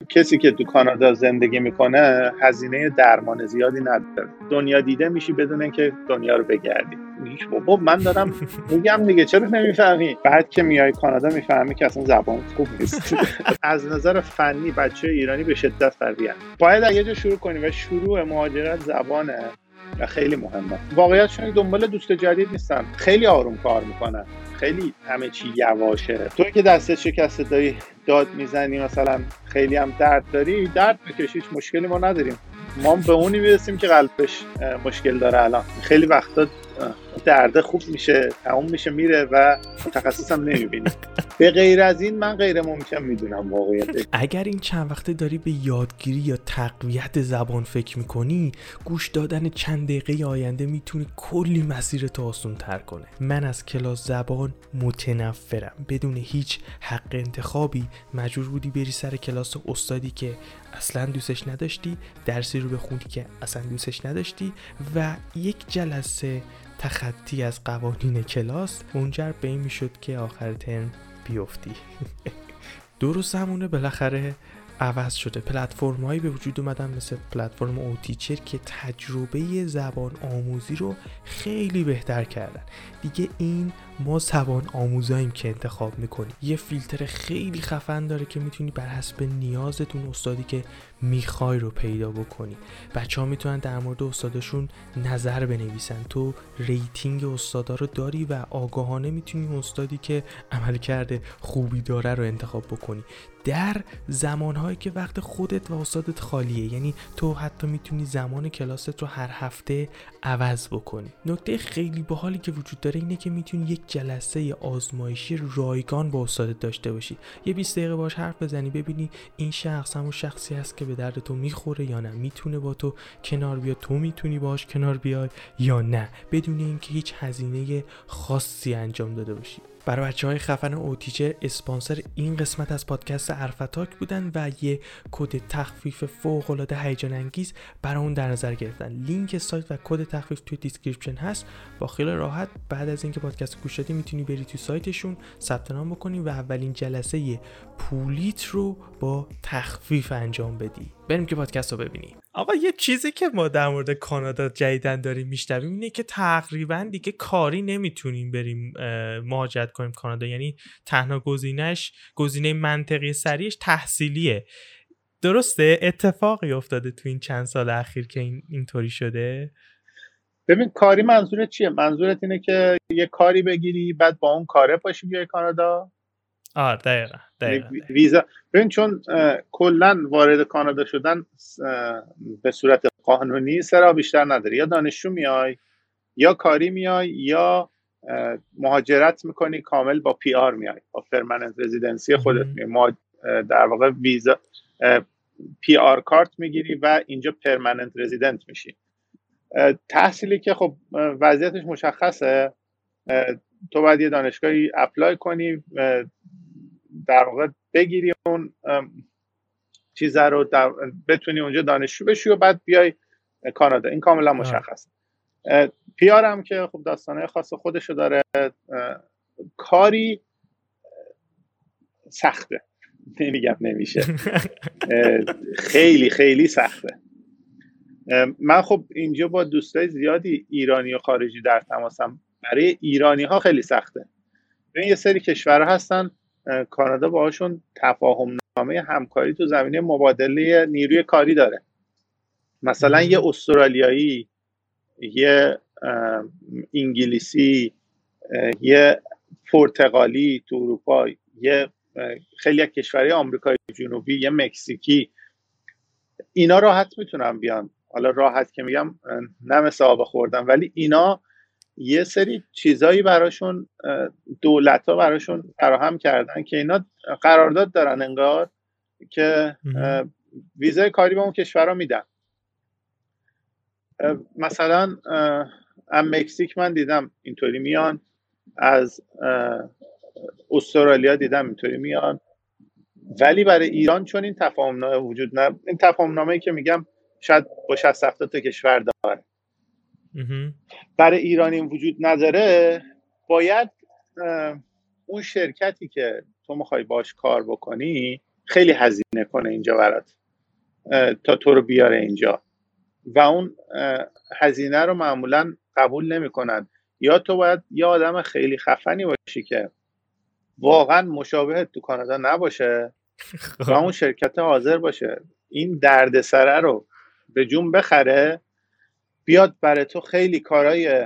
کسی که تو کانادا زندگی میکنه هزینه درمان زیادی نداره. دنیا دیده میشی بدون اینکه دنیا رو بگردی. بابا من دارم میگم دیگه چرا نمیفهمی؟ بعد که میای کانادا میفهمی که اصلا زبان خوب نیست. از نظر فنی بچه ایرانی به شدت قویه. باید یه جا شروع کنی و شروع مهاجرت زبانه و خیلی مهمه. واقعیتش دنبال دوست جدید نیستن، خیلی آروم کار میکنن، خیلی همه چی یواشه. تو که دستت شکسته داری داد میزنی مثلا خیلی هم درد داری، درد بکش، هیچ مشکلی ما نداریم. ما به اونی میرسیم که قلبش مشکل داره. الان خیلی وقتا درد خوب میشه، تموم میشه میره و متخصص هم نمیبینی. به غیر از این من غیر ممکن میدونم واقعیت. اگر این چند وقته داری به یادگیری یا تقویت زبان فکر میکنی، گوش دادن چند دقیقه آینده میتونه کلی مسیرتو آسون تر کنه. من از کلاس زبان متنفرم. بدون هیچ حق انتخابی مجبور بودی بری سر کلاس استادی که اصلا دوستش نداشتی، درسی رو بخونی که اصلا دوستش نداشتی و یک جلسه تخطی از قوانین کلاس منجر به این میشد که آخر ترم بیفتی. درست همونه بالاخره عوض شده. پلتفرم‌هایی به وجود اومدن مثل پلتفرم اوتیچر که تجربه زبان آموزی رو خیلی بهتر کردن. دیگه این ما زبان آموزاییم که انتخاب میکنی. یه فیلتر خیلی خفن داره که میتونی بر حسب نیازتون استادی که میخوای رو پیدا بکنی. بچه‌ها میتونن در مورد استادشون نظر بنویسن. تو ریتینگ استادا رو داری و آگاهانه میتونی استادی که عمل کرده خوبی داره رو انتخاب بکنی. در زمانهایی که وقت خودت و استادت خالیه، یعنی تو حتی میتونی زمان کلاست رو هر هفته عوض بکنی. نکته خیلی باحالی که وجود داره اینه که میتونی یک جلسه آزمایشی رایگان با استادت داشته باشی. یه 20 دقیقه باهاش حرف بزنی، ببینی این شخص همون شخصی هست که به درد تو میخوره یا نه، میتونه با تو کنار بیاد، تو میتونی باهاش کنار بیای یا نه، بدون اینکه هیچ هزینه خاصی انجام داده باشی. برای بچه‌های خفن اوتیچر اسپانسر این قسمت از پادکست حرفتاک بودن و یه کد تخفیف فوق‌العاده هیجان انگیز برای اون در نظر گرفتن. لینک سایت و کد تخفیف توی دیسکریپشن هست. با خیال راحت بعد از اینکه پادکست گوش دادی میتونی بری توی سایتشون ثبت نام بکنی و اولین جلسه پولیت رو با تخفیف انجام بدی. بریم که پادکست رو ببینیم. آقا یه چیزی که ما در مورد کانادا جدیدن داریم میشنویم اینه که تقریبا دیگه کاری نمیتونیم بریم مهاجرت کنیم کانادا، یعنی تنها گزینه منطقی سریعش تحصیلیه. درسته؟ اتفاقی افتاده تو این چند سال اخیر که اینطوری شده؟ ببین کاری منظورت چیه؟ منظورت اینه که یه کاری بگیری بعد با اون کاره پاشی بیای کانادا؟ آره دقیقاً. ویزا. ببین چون کلا وارد کانادا شدن به صورت قانونی سر بیشتر نداری. یا دانشجو میای یا کاری میای یا مهاجرت میکنی کامل با پی آر میای، با پرمننت رزیدنسی خودت میای. در واقع ویزا پی آر کارت میگیری و اینجا پرمننت رزیدنت میشی. تحصیلی که خب وضعیتش مشخصه، تو باید یه دانشگاهی اپلای کنی، در واقع بگیری اون چیزا رو بتونی اونجا دانشجو بشی و بعد بیای کانادا. این کاملا مشخصه. پی آر هم که خب داستانه خاص خودشو داره. کاری سخته، نمیگم نمیشه. خیلی خیلی سخته. من خب اینجا با دوستای زیادی ایرانی و خارجی در تماسم. برای ایرانی ها خیلی سخته. یه سری کشورها هستن کانادا باهاشون تفاهم نامه همکاری تو زمینه مبادله نیروی کاری داره. مثلا یه استرالیایی، یه انگلیسی، یه پرتغالی تو اروپا، یه خیلی از کشورهای آمریکای جنوبی، یه مکزیکی، اینا راحت میتونن بیان. حالا راحت که میگم نه مثل آب خوردن، ولی اینا یه سری چیزایی براشون دولت‌ها براشون فراهم کردن که اینا قرارداد دارن انگار که ویزای کاری به اون کشورها میدن. مثلا از مکزیک من دیدم اینطوری میان، از استرالیا دیدم اینطوری میان، ولی برای ایران چون این تفاهمنامه وجود نه، این تفاهمنامه‌ای که میگم شاید با 60-70 تا کشور داره، برای ایران این وجود نداره. باید اون شرکتی که تو میخوای باش کار بکنی خیلی هزینه کنه اینجا برات تا تو رو بیاره اینجا و اون هزینه رو معمولا قبول نمیکنن. یا تو باید یه آدم خیلی خفنی باشی که واقعا مشابهت تو کانادا نباشه و اون شرکت حاضر باشه این دردسره رو به جون بخره، بیاد برای تو خیلی کارهای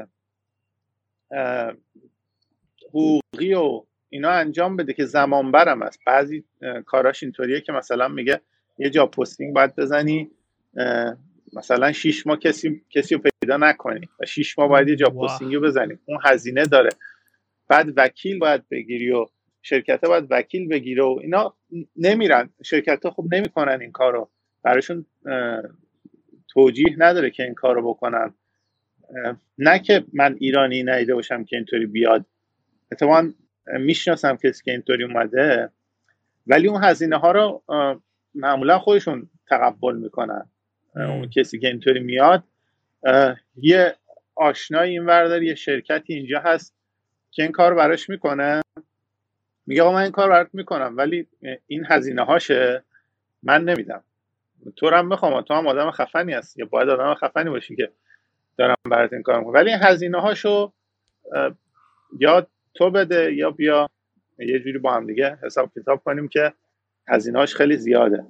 حقوقی و اینا انجام بده که زمان برم است. بعضی کاراش اینطوریه که مثلا میگه یه جا پستینگ باید بزنی مثلا 6 ماه کسی رو پیدا نکنی و 6 ماه باید یه جا پستینگ رو بزنی، اون هزینه داره. بعد وکیل باید بگیری و شرکت باید وکیل بگیره و اینا نمیرن، شرکت ها خوب نمیکنن این کارو، براشون توجیه نداره که این کارو بکنن. نه که من ایرانی ندیده باشم که اینطوری بیاد، اتفاقا میشناسم کسی که اینطوری اومده، ولی اون هزینه ها رو معمولا خودشون تقبل میکنن. اون کسی که اینطوری میاد یه آشنایی این وردار، یه شرکتی اینجا هست که این کار براش میکنه، میگه آقا من این کار برات میکنم ولی این هزینه هاشه من نمیدم، تو رو هم میخوام، تو هم آدم خفنی هستی یا باید آدم خفنی باشی که دارم برات این کار میکنم، ولی این هزینه هاشو یا تو بده یا بیا یه جوری با هم دیگه حساب کتاب کنیم که هزینه هاش خیلی زیاده.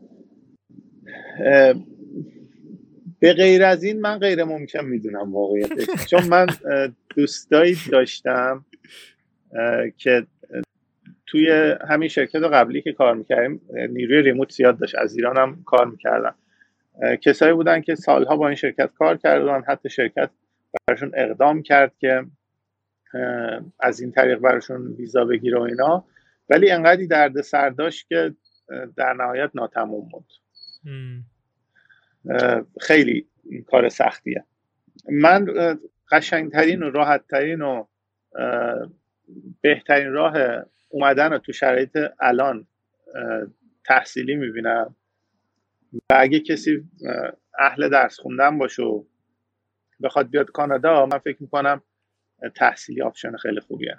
به غیر از این من غیر ممکن میدونم واقعیتش، چون من دوستایی داشتم که توی همین شرکت قبلی که کار میکردیم نیروی ریموت زیاد داشت، از ایران هم کار میکردن، کسایی بودن که سالها با این شرکت کار کردن، حتی شرکت براشون اقدام کرد که از این طریق براشون ویزا بگیره و اینا، ولی انقدری درد سر داشت که در نهایت ناتمام بود. خیلی کار سختیه. من قشنگترین و راحتترین و بهترین راه اومدن رو تو شرایط الان تحصیلی میبینم و اگه کسی اهل درس خوندن باشه و بخواد بیاد کانادا، من فکر میکنم تحصیلی آپشن خیلی خوبیه.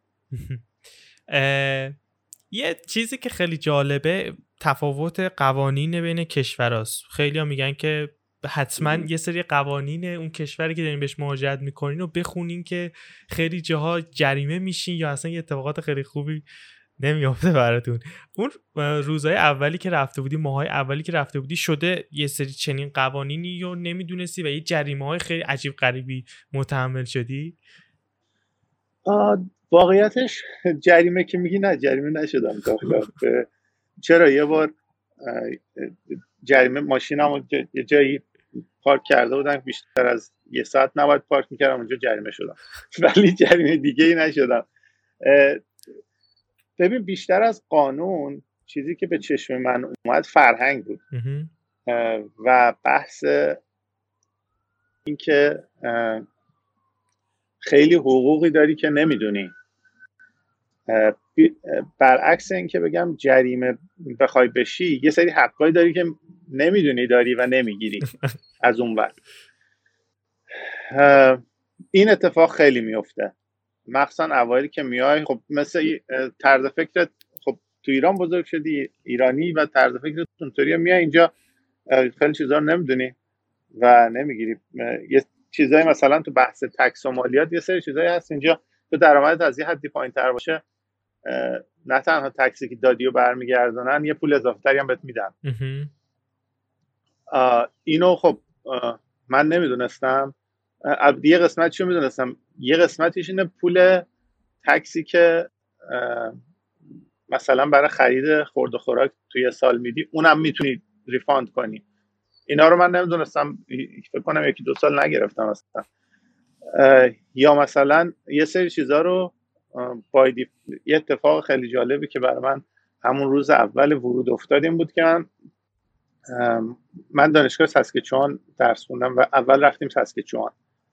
یه چیزی که خیلی جالبه تفاوت قوانین بین کشوراست. خیلی ها میگن که حتما یه سری قوانین اون کشوری که دارین بهش مهاجرت میکنین و بخونین که خیلی جاها جریمه میشین یا اصلا یه اتفاقات خیلی خوبی نمیافته براتون. اون روزهای اولی که رفته بودی، ماهای اولی که رفته بودی، شده یه سری چنین قوانینی رو نمیدونستی و یه جریمه های خیلی عجیب غریبی متحمل شدی؟ واقعیتش جریمه که میگی نه، جریمه نشدم تا چرا یه بار جریمه ماشینم یه جایی پارک کرده بودم بیشتر از یه ساعت نباید پارک میکردم، اونجا جریمه شدم ولی جریمه دیگه ای نشدم. ببین بیشتر از قانون چیزی که به چشم من اومد فرهنگ بود و بحث این که خیلی حقوقی داری که نمیدونی، برعکس این که بگم جریمه بخوای بشی یه سری حقایی داری که نمیدونی داری و نمیگیری از اون ور. این اتفاق خیلی میفته مخصوصا اوایلی که میای، خب مثل طرز فکرت، خب تو ایران بزرگ شدی، ایرانی و طرز فکرت اونطوریه، میای اینجا خیلی چیزا رو نمیدونی و نمیگیری. یه چیزایی مثلا تو بحث تکس و مالیات یه سری چیزایی هست اینجا تو درآمدت از یه حدی پایین‌تر باشه نه تنها تکسی که دادی و برمیگردونن، یه پول اضافه تری هم بهت میدن. اینو خب من نمیدونستم. یه قسمتش رو میدونستم، یه قسمتش اینه پول تکسی که مثلا برای خرید خورد و خوراک توی سال میدی اونم میتونی ریفاند کنی. اینا رو من نمیدونستم، فکر کنم 1-2 سال نگرفتم اصلا. یا مثلا یه سری چیزا رو یه اتفاق خیلی جالبی که برای من همون روز اول ورود افتادیم بود که من دانشگاه ساسکچوان درس خوندم و اول رفتیم ساسکچوان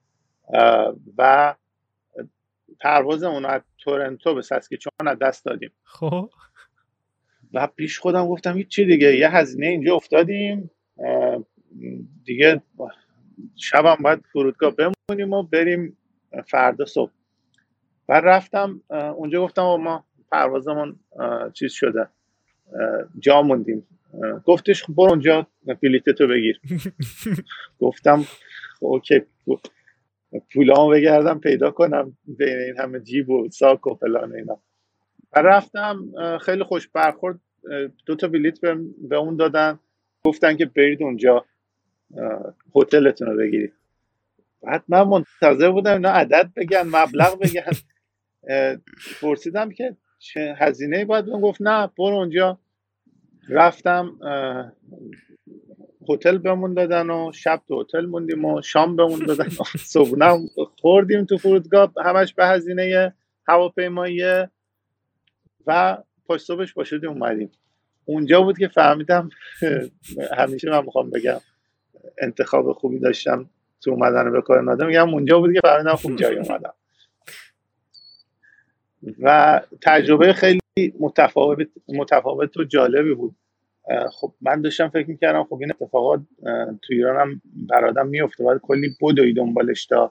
و پروازمون از تورنتو به ساسکچوان از دست دادیم. خب و پیش خودم گفتم هیچی دیگه، یه هزینه اینجا افتادیم دیگه، شبم باید فرودگاه بمونیم و بریم فردا صبح. و رفتم اونجا گفتم ما پروازمون چیز شده، جا موندیم. گفتش خب برو اونجا بلیتتو بگیر. گفتم اوکی، پولامو بگردم پیدا کنم بین این همه جیب و ساک و فلان اینا. و رفتم، خیلی خوش برخورد، 2 تا بلیت به اون دادن، گفتن که برید اونجا هتلتون رو بگیرید. بعد من منتظر بودم اینا عدد بگن، مبلغ بگن. پرسیدم که چه هزینه‌ای باید بدم، گفت نه برو اونجا. رفتم هتل بهمون دادن و شب تو هتل موندیم و شام بهمون دادن و صبحونه خوردیم تو فرودگاه، همش به هزینه هواپیمایی. و پشت صبحش باشدیم اومدیم. اونجا بود که فهمیدم همیشه من میخوام بگم انتخاب خوبی داشتم تو اومدن به کانادا، میگم اونجا بود که فهمیدم خوب جای اومدم. و تجربه خیلی متفاوت و جالبی بود. خب من داشتم فکر میکردم خب این اتفاقات تو ایران هم برادم میفته، باید کلی بدوی دنبالش تا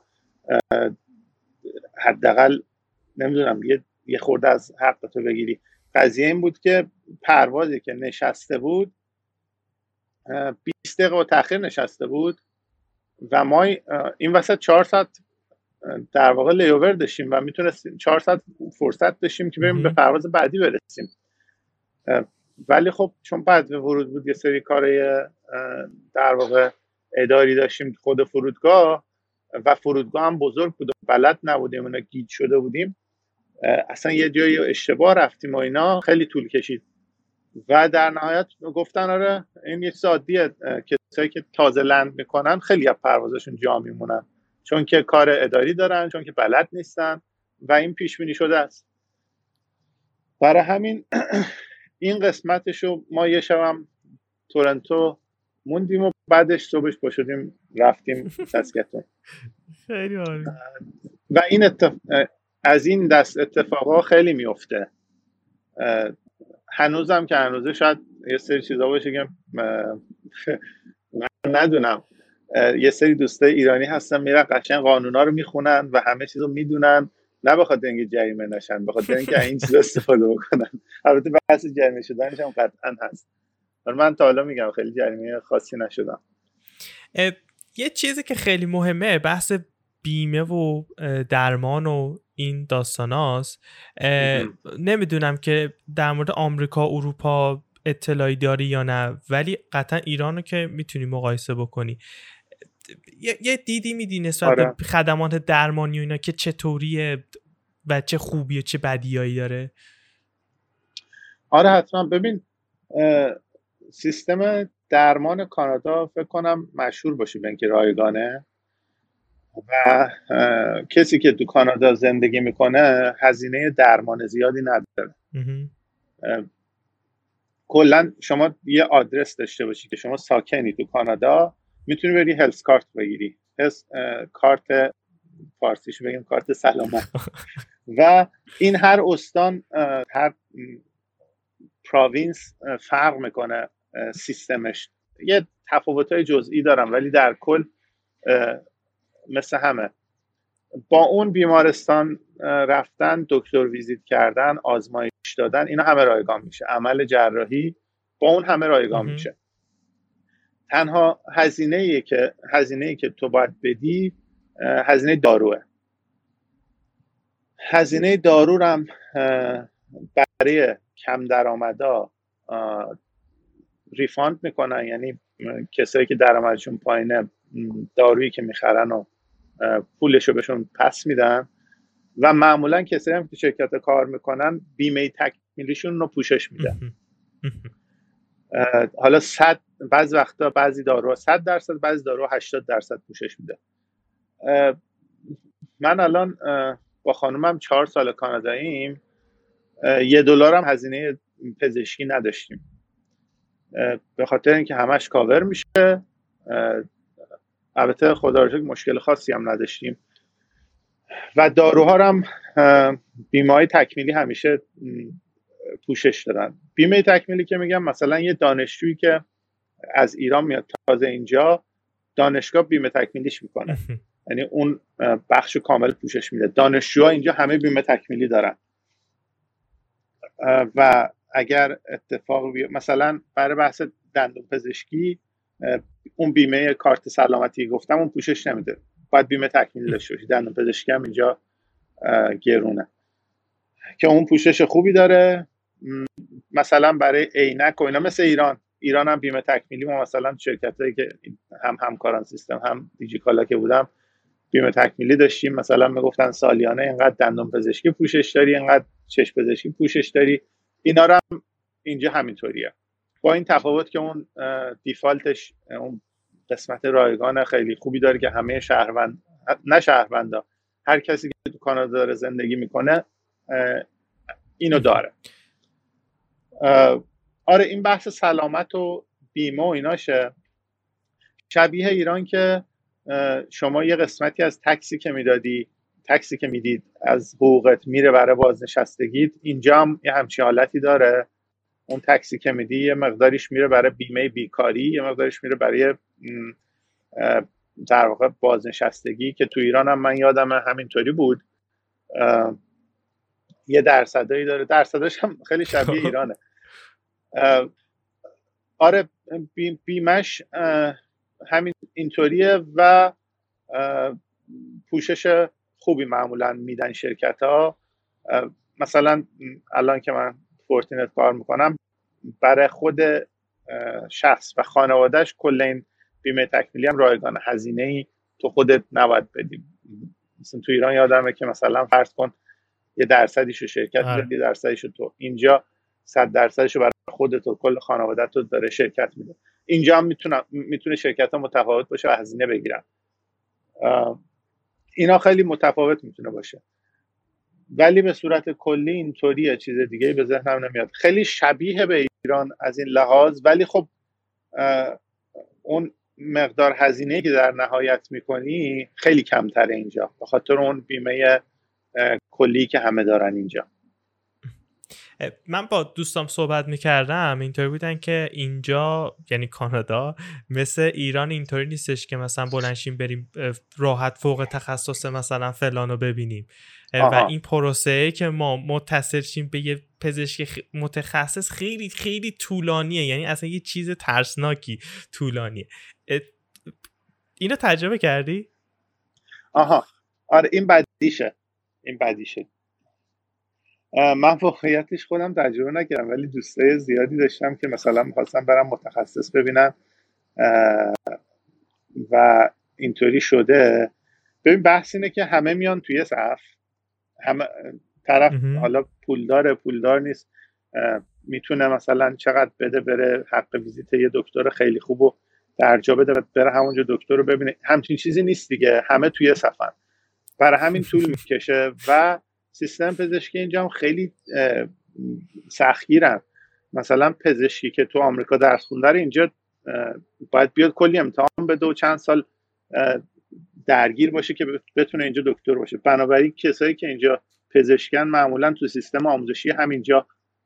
حداقل نمیدونم یه خورده از حقتو بگیری. قضیه این بود که پروازی که نشسته بود 20 دقیقه با تاخیر نشسته بود و ما این وسط 4 ساعت در واقع لیوور داشتیم و میتونستیم 4 ساعت فرصت داشتیم که بریم به پرواز بعدی برسیم. ولی خب چون بعد به ورود بود یه سری کارهای در واقع اداری داشتیم خود فرودگاه، و فرودگاه هم بزرگ بود و بلد نبودیم، اونا گیج شده بودیم، اصلا یه جایی اشتباه رفتیم و اینا، خیلی طول کشید. و در نهایت گفتن آره این یه چیز عادیه، کسایی که تازه لند میکنن خیلی از پروازشون جا میمونن چون که کار اداری دارن، چون که بلد نیستن و این پیش بینی شده است. برای همین این قسمتشو ما یه شبم تورنتو موندیم و بعدش صبحش پاشدیم رفتیم ساسکتون. خیلی عالی. و این از این دست اتفاقا خیلی میفته. هنوزم که هنوزه شاید یه سری چیزا باشه که من ندونم، یه سری دوستای ایرانی هستن میرن قشنگ قانونا رو میخونن و همه چیزو میدونن، نه بخاطر اینکه جریمه نشن، بخاطر اینکه این چیزا استفاده بکنن. البته بحث جریمه شدنش هم قطعا هست، ولی من تا حالا میگم خیلی جریمه خاصی نشدم. یه چیزی که خیلی مهمه بحث بیمه و درمان و این داستاناست. نمیدونم که در مورد آمریکا اروپا اطلاعی داری یا نه، ولی قطعا ایرانو که میتونی مقایسه بکنی. یه دیدی میدی نسبت به خدمات درمانی و اینا که چطوریه و چه خوبی و چه بدیایی داره؟ آره حتما. ببین سیستم درمان کانادا فکر کنم مشهور باشه به اینکه رایگانه و کسی که تو کانادا زندگی میکنه هزینه درمان زیادی نداره. کلا شما یه آدرس داشته باشی که شما ساکنی تو کانادا، میتونی بری هلس کارت بگیری، کارت فارسیش بگیم کارت سلامت. و این هر استان، هر پروینس فرق میکنه سیستمش، یه تفاوت‌های جزئی دارن ولی در کل مثل همه. با اون بیمارستان رفتن، دکتر ویزیت کردن، آزمایش دادن، اینا همه رایگان میشه. عمل جراحی با اون همه رایگان میشه. تنها هزینه‌ای که تو باید بدی هزینه داروه. هزینه دارو هم برای کم درآمدا ریفاند میکنن، یعنی کسایی که درآمدشون پایینه دارویی که میخرن و پولشو بهشون پس میدن. و معمولا کسایی هم که شرکت کار میکنن بیمه تکمیلیشون رو پوشش میدن. حالا بعضی وقتا بعضی داروها 100%، بعضی داروها 80% پوشش میده. من الان با خانومم 4 سال کاناداییم، $1 هم هزینه پزشکی نداشتیم به خاطر اینکه همش کاور میشه. البته خدا رو شکر مشکل خاصی هم نداشتیم. و داروها هم بیمه‌های تکمیلی همیشه پوشش دادن. بیمه تکمیلی که میگم مثلا یه دانشجویی که از ایران میاد تازه اینجا، دانشگاه بیمه تکمیلیش میکنه، یعنی اون بخش کامل پوشش میده. دانشجوها اینجا همه بیمه تکمیلی دارن و اگر اتفاق مثلا برای بحث دندون پزشکی اون بیمه کارت سلامتی گفتم اون پوشش نمیده، باید بیمه تکمیلی داشته باشی. دندون پزشکی هم اینجا گرونه که اون پوشش خوبی داره. مثلا برای عینک و اینا مثل ایران هم بیمه تکمیلی، ما مثلا شرکتایی که هم همکاران سیستم هم دیجیکالا که بودم بیمه تکمیلی داشتیم، مثلا میگفتن سالیانه اینقدر دندون پزشکی پوشش داری، اینقدر چشم پزشکی پوشش داری. اینا رو هم اینجا همینطوریه، با این تفاوت که اون دیفالتش اون قسمت رایگان خیلی خوبی داره که همه شهروندا هر کسی که تو کانادا داره زندگی میکنه اینو داره. آره این بحث سلامت و بیمه و ایناشه. شبیه ایران که شما یه قسمتی از تکسی که میدید از حقوقت میره برای بازنشستگیت، اینجا هم یه همچین حالتی داره. اون تکسی که میدی یه مقداریش میره برای بیمه بیکاری، یه مقداریش میره برای در واقع بازنشستگی، که تو ایران هم من یادم همینطوری بود. یه درصدایی داره، درصدش هم خیلی شبیه ایرانه. آره بیمش همین اینطوریه و پوشش خوبی معمولا میدن شرکت ها. مثلا الان که من فورتینت کار میکنم، برای خود شخص و خانوادهش کل این بیمه تکمیلی هم رایگان، هزینه‌ای تو خودت نباید بدی. مثلا تو ایران یادمه که مثلا فرض کن یه درصدیشو شرکت میده، یه درصدیشو تو. اینجا 100% برای خودت و کل خانواده‌ت تو داره شرکت میده. اینجا هم میتونه شرکت‌ها متفاوت باشه و هزینه بگیرن. اینا خیلی متفاوت میتونه باشه، ولی به صورت کلی اینطوریه. چیز دیگه به ذهنم نمیاد. خیلی شبیه به ایران از این لحاظ، ولی خب اون مقدار هزینه‌ای که در نهایت میکنی خیلی کمتره اینجا، به خاطر اون بیمه کلی که همه دارن اینجا. من با دوستام صحبت میکردم، اینطوری بودن که اینجا یعنی کانادا مثل ایران اینطوری نیستش که مثلا بلنشیم بریم راحت فوق تخصص مثلا فلانو ببینیم. و این پروسه که ما متصل شیم به یه پزشک متخصص خیلی خیلی طولانیه، یعنی اصلا یه چیز ترسناکی طولانیه. اینو تجربه کردی؟ آره این بدیشه. من واقعیتش خودم تجربه نکردم، ولی دوستای زیادی داشتم که مثلا می‌خواستم برم متخصص ببینم و اینطوری شده. ببین بحث اینه که همه میان توی صف، همه طرف حالا پولدار نیست، میتونه مثلا چقدر بده بره حق ویزیت یه دکتر خیلی خوبو درجا بده بره همونجا دکتر رو ببینه. همچین چیزی نیست دیگه، همه توی صفن، برای همین طول میکشه. و سیستم پزشکی اینجا هم خیلی سختگیرن. مثلا پزشکی که تو آمریکا درس خونده اینجا باید بیاد کلی امتحان بده و چند سال درگیر باشه که بتونه اینجا دکتر باشه. بنابراین کسایی که اینجا پزشکن معمولا تو سیستم آموزشی همینجا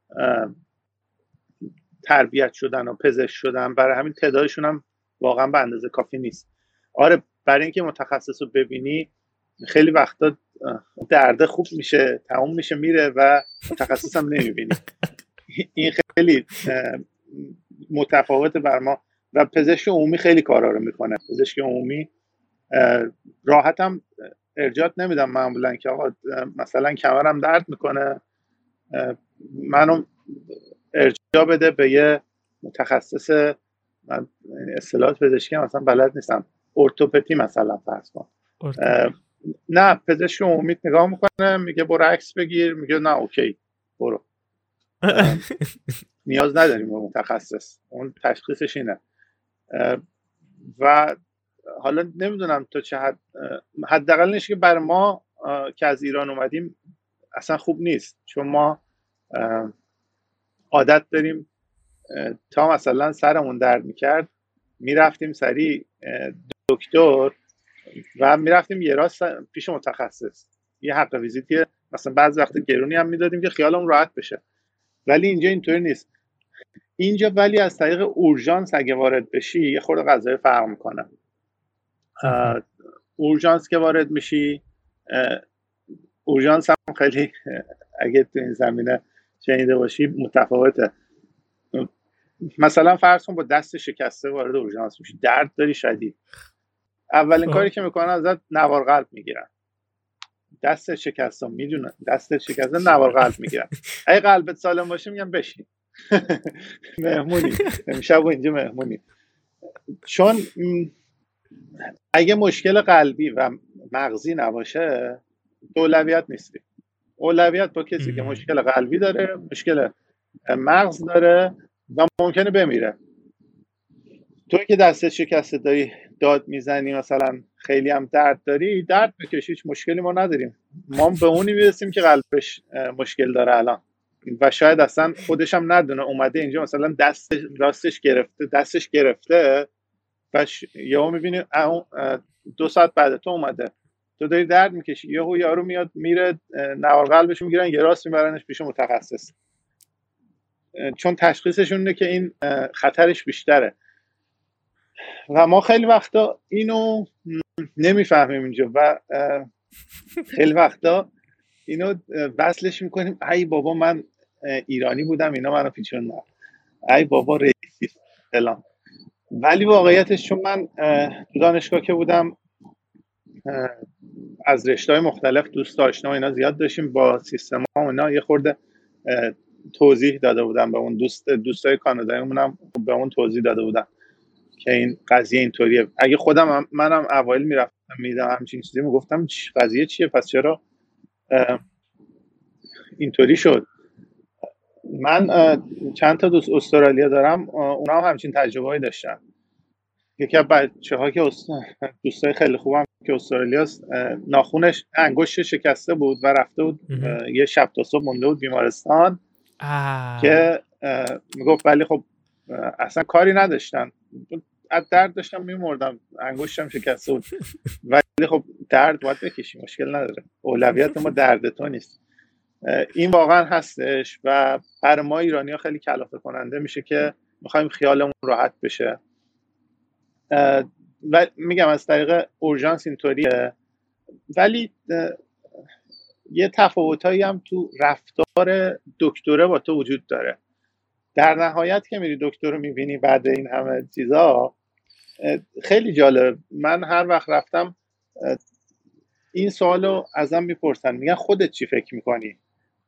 تربیت شدن و پزشک شدن، برای همین تعدادشون هم واقعا به اندازه کافی نیست. آره برای اینکه متخصص رو ببینی خیلی وقتا درد خوب میشه، تموم میشه میره و متخصص هم نمیبینی. این خیلی متفاوته بر ما. و پزشک عمومی خیلی کارا رو میکنه. پزشک عمومی راحت هم ارجاعات نمیدم معمولا که آقا مثلا کمرم درد میکنه منو ارجاع بده به یه متخصص. من اصطلاحات پزشکی مثلا بلد نیستم، ارتوپدی مثلا فرض کن. نه پزشک عمومی نگاه میکنه میگه برو عکس بگیر، میگه نه اوکی برو. نیاز نداریم به متخصص، اون تشخیصش اینه. و حالا نمیدونم تا چه حداقل نشه که بر ما که از ایران اومدیم اصلا خوب نیست، چون ما عادت داریم تا مثلا سرمون درد میکرد میرفتیم سریع دکتر و میرفتیم یه راست پیش متخصص، یه حق ویزیتی مثلا بعض وقت گرونی هم میدادیم که خیالمون راحت بشه. ولی اینجا اینطوری نیست. اینجا ولی از طریق اورژانس اگه وارد بشی یه خورده قضیه فرق میکنه. اورژانس که وارد میشی، اورژانس هم خیلی اگه تو این زمینه شنیده باشی متفاوته. مثلا فرض کن با دست شکسته وارد اورژانس میشی، درد داری شدید، اولین کاری که میکنن ازت نوار قلب میگیرن. دست شکسته، میدونن دست شکسته، نوار قلب میگیرن. اگه قلبت سالم باشه میگن بشین مهمونی، امشب اینجا مهمونی. چون اگه مشکل قلبی و مغزی نباشه اولویت نیستی. اولویت با کسی که مشکل قلبی داره، مشکل مغز داره و ممکنه بمیره. توی که دستت شکسته داری داد میزنی، مثلا خیلی هم درد داری، درد بکش، هیچ مشکلی ما نداریم. ما به اونی میرسیم که قلبش مشکل داره الان و شاید اصلا خودش هم ندونه اومده اینجا مثلا دستش گرفته و یهو میبینی 2 ساعت بعد تو اومده، تو داری درد میکشی، یارو میاد میره نوار قلبش میگیرن، یه راست میبرنش پیش متخصص، چون تشخیصشون اینه که این خطرش بیشتره. و ما خیلی وقتا اینو نمیفهمیم اینجا و خیلی وقتا اینو وصلش میکنیم ای بابا من ایرانی بودم اینا منو پیچوندن، ای بابا ریسیست فلان. ولی واقعیتش چون من تو دانشگاه که بودم از رشته‌های مختلف دوست آشنا و اینا زیاد داشتیم، با سیستم ها و اینا یه خورده توضیح داده بودم به اون دوستای کاناداییمون، هم به اون توضیح داده بودم که این قضیه اینطوریه. اگه منم اوایل میرفتم میدم همچین چیزی میگفتم قضیه چیه، پس چرا اینطوری شد. من چند تا دوست استرالیا دارم، اونا هم همچین تجربه‌ای داشتن. یکی از بچه‌ها که دوستای خیلی خوبم که استرالیاست، ناخونش انگشتش شکسته بود و رفته بود یه شب تا صبح مونده بود بیمارستان که میگفت ولی خب اصلا کاری نداشتن، از درد داشتم میمردم، انگشتم شکسته بود ولی خب درد باید بکشی، مشکل نداره، اولویت ما درد تو نیست. این واقعا هستش و برای ما ایرانی‌ها خیلی کلافه کننده میشه که میخوایم خیالمون راحت بشه و میگم از طریق اورژانس اینطوریه. ولی یه تفاوتایی هم تو رفتار دکتره با تو وجود داره. در نهایت که میری دکتر رو میبینی بعد این همه چیزا، خیلی جالب، من هر وقت رفتم این سوالو ازم میپرسن، میگن خودت چی فکر میکنی؟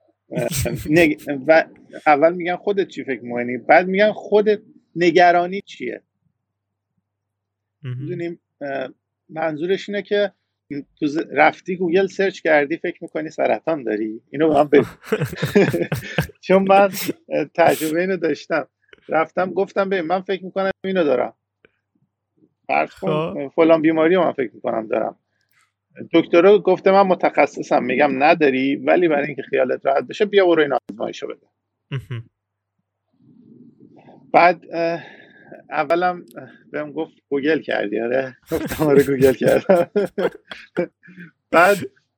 و اول میگن خودت چی فکر میکنی، بعد میگن خودت نگرانی چیه. میدونیم منظورش اینه که تو رفتی گوگل سرچ کردی فکر میکنی سرطان داری، اینو به من بگو. چون من تجربه اینو داشتم، رفتم گفتم ببین من فکر میکنم اینو دارم، فرض کن فلان بیماری رو من فکر میکنم دارم. دکتر گفته من متخصصم، میگم نداری ولی برای اینکه خیالت راحت بشه بیا برو این آزمایشو بده. بعد اولم بهم گفت گوگل کردی؟ آره گفتم آره گوگل کردم. بعد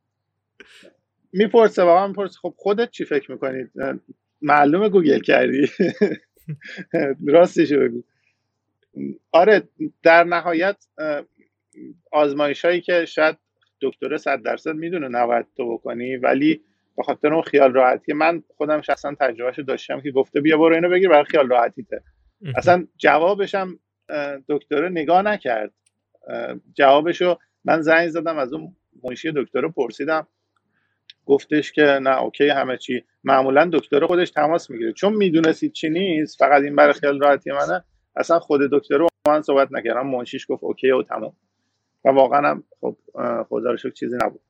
میپرسه خب خودت چی فکر میکنی؟ معلومه گوگل کردی. راستشو بگو. آره در نهایت آزمایش هایی که شاید دکتر 100% میدونه نباید تو بکنی، ولی به خاطر اون خیال راحتی، من خودم شخصا تجربهشو داشتم که گفته بیا برو اینو بگیر برای خیال راحتیته. اصلا جوابش هم دکتر نگاه نکرد، جوابشو من زنگ زدم از اون منشی دکتر پرسیدم، گفتش که نه اوکی همه چی. معمولا دکتر خودش تماس میگیره چون میدونستید چی نیست، فقط این برای خیال راحتی منه. اصلا خود دکتر با من صحبت نکردم، منشیش گفت اوکی و تمام و واقعا هم خب خدا رو شکر چیزی نبود.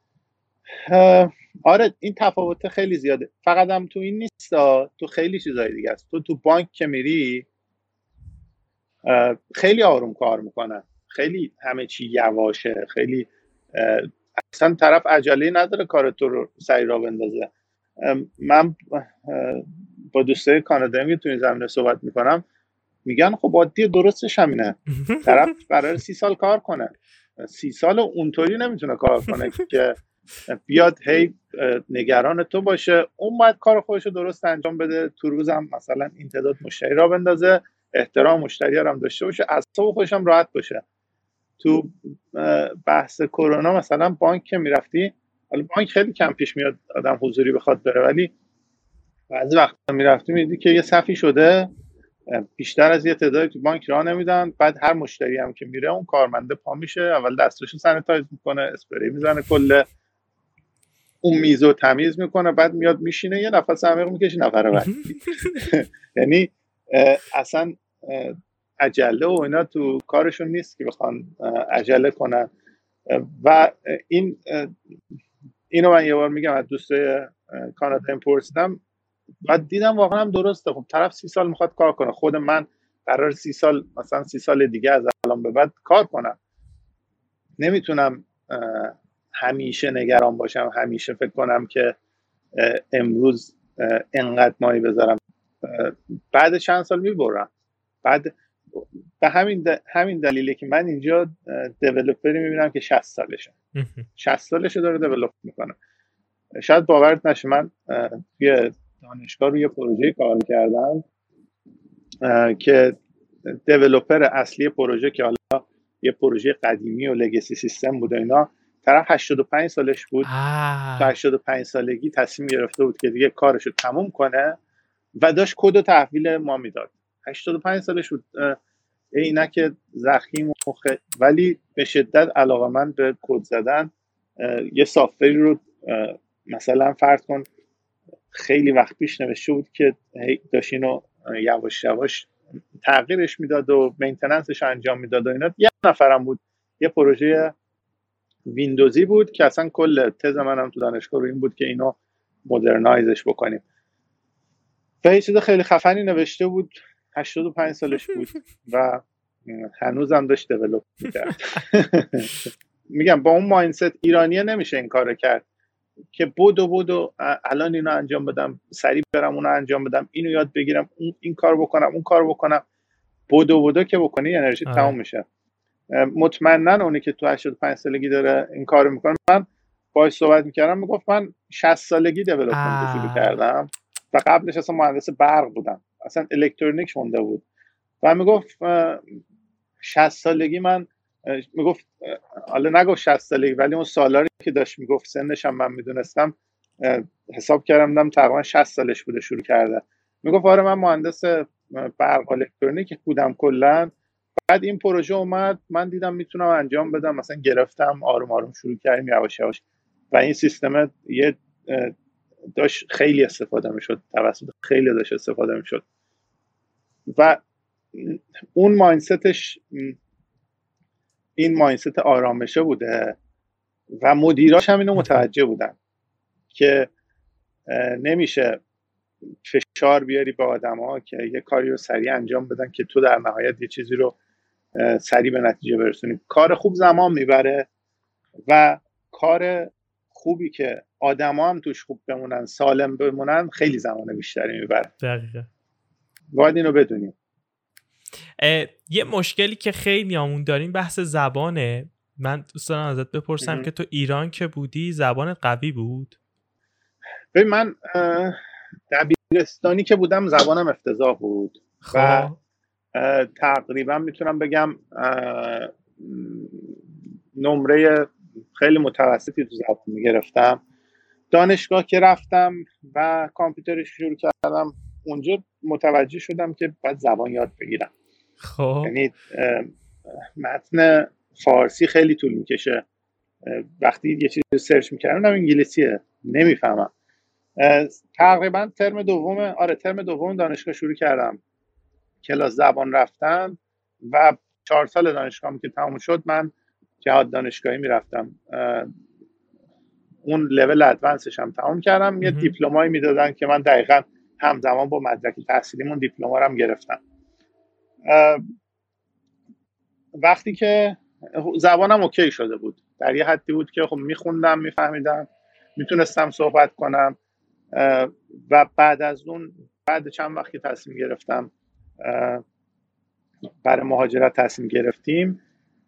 آره این تفاوت خیلی زیاده، فقط هم تو این نیست، تو خیلی چیزای دیگه است. تو بانک که میری خیلی آروم کار میکنن، خیلی همه چی یواشه، خیلی اصلا طرف عجله نداره کار تو رو سریع راه بندازه. من با دوستای کانادایی تو این زمینه صحبت میکنم، میگن خب عادیه، درستش همینه، طرف قراره 30 سال کار کنه، 30 سال اونطوری نمیتونه کار کنه که بیاد هی نگران تو باشه. اون باید کار خودش رو درست انجام بده، تو روزم مثلا این تعداد مشتری را بندازه، احترام مشتری هم داشته باشه، اعصاب خودش هم راحت باشه. تو بحث کرونا مثلا بانک که میرفتی، حالا بانک خیلی کم پیش میاد آدم حضوری بخواد بره، ولی بعضی وقتا میرفتی میدیدی که یه صفی شده، بیشتر از یه تعدادی تو بانک راه نمیدن، بعد هر مشتری هم که میره اون کارمنده پا میشه، اول دستاشو سانیتایز میکنه، اسپری میزنه کل اون میزو تمیز میکنه، بعد میاد میشینه یه نفس عمیق میکشه نفر بعدی. یعنی اصلا عجله و اینا تو کارشون نیست که بخوان عجله کنن. و اینو من یه بار میگم از دوستای کانادا پرسیدم، بعد دیدم واقعا هم درسته. خب طرف 30 سال میخواد کار کنه، خود من قرار 30 سال مثلا 30 سال دیگه از الان به بعد کار کنم، نمیتونم همیشه نگران باشم، همیشه فکر کنم که امروز انقدر مایی بذارم بعد چند سال میبرم. بعد به همین دلیله که من اینجا دیولپری میبینم که 60 سالشه 60 سالشه داره دیولپ میکنه. شاید باورت نشه من توی دانشگاه روی پروژه کار کردم که دیولپر اصلی پروژه که حالا یه پروژه قدیمی و لگسی سیستم بود اینا، طرف 85 سالش بود. تا 85 سالگی تصمیم گرفته بود که دیگه کارشو تموم کنه و داشت کد و تحویل ما میداد. 85 سالش بود، اینکه زخیم ولی به شدت علاقه‌مند به کد زدن. یه سافتوری رو مثلا فرض کن خیلی وقت پیش نوشته بود که داشت اینو یواش یواش تغییرش میداد و مینتیننسش انجام میداد و اینا. یه نفرم بود، یه پروژه ویندوزی بود که اصلا کل تز منم تو دانشگاه رو این بود که اینو مدرنایزش بکنیم. و یه چیز خیلی خفنی نوشته بود، 85 سالش بود و هنوزم داشت دیولپ می‌کرد. میگم با اون مایندست ایرانیه نمیشه این کارو کرد که بودو الان اینو انجام بدم، سریع برم اونو انجام بدم، اینو یاد بگیرم، این کار بکنم، اون کار بکنم. بودو که بکنی انرژی تموم میشه. مطمئنا اونی که تو 85 سالگی داره این کارو میکنه، من باهاش صحبت میکردم میگفت من 60 سالگی دیولپمنت شروع کردم و قبلش اصلا مهندس برق بودم، اصلا الکترونیک مونده بود و میگفت 60 سالگی من میگفت، حالا نگفت 60 سالگی ولی اون سالاری که داشت میگفت سنش هم من میدونستم، حساب کردم دیدم تقریبا 60 سالش بوده شروع کرده. میگفت آره من مهندس برق الکترونیک بودم کلا، بعد این پروژه اومد من دیدم میتونم انجام بدم، مثلا گرفتم آروم آروم شروع کردیم یواش یواش و این سیستم یه داشت خیلی استفاده میشد، توسط خیلی داشت استفاده میشد و اون مایندستش این مایندست آرامشه بوده و مدیراش هم اینو متوجه بودن که نمیشه فشار بیاری به آدم‌ها که یه کاری رو سریع انجام بدن که تو در نهایت یه چیزی رو سریع به نتیجه برسونی. کار خوب زمان میبره و کار خوبی که آدم‌ها هم توش خوب بمونن، سالم بمونن، خیلی زمان بیشتری میبره. دقیقاً. باید اینو بدونیم. یه مشکلی که خیلی همون داریم بحث زبانه. من دوست دارم ازت بپرسم که تو ایران که بودی زبانت قوی بود؟ ببین من دبیرستانی که بودم زبانم افتضاح بود و تقریبا میتونم بگم نمره خیلی متوسطی تو زبان میگرفتم. دانشگاه که رفتم و کامپیوترش شروع کردم اونجا متوجه شدم که باید زبان یاد بگیرم. یعنی متن فارسی خیلی طول میکشه، وقتی یه چیزی رو سرچ میکردم انگلیسیه نمیفهمم. تقریبا ترم دوم دانشگاه شروع کردم کلاس زبان رفتم و 4 سال دانشگاهم که تموم شد من جهاد دانشگاهی میرفتم، اون لول ادوانسش هم تموم کردم. یه دیپلمایی میدادن که من دقیقاً همزمان با مدرک تحصیلیمون دیپلم رو گرفتم. وقتی که زبانم اوکی شده بود، در یه حدی بود که خب میخوندم، میفهمیدم، میتونستم صحبت کنم و بعد چند وقت که تصمیم گرفتم برای مهاجرت تصمیم گرفتیم،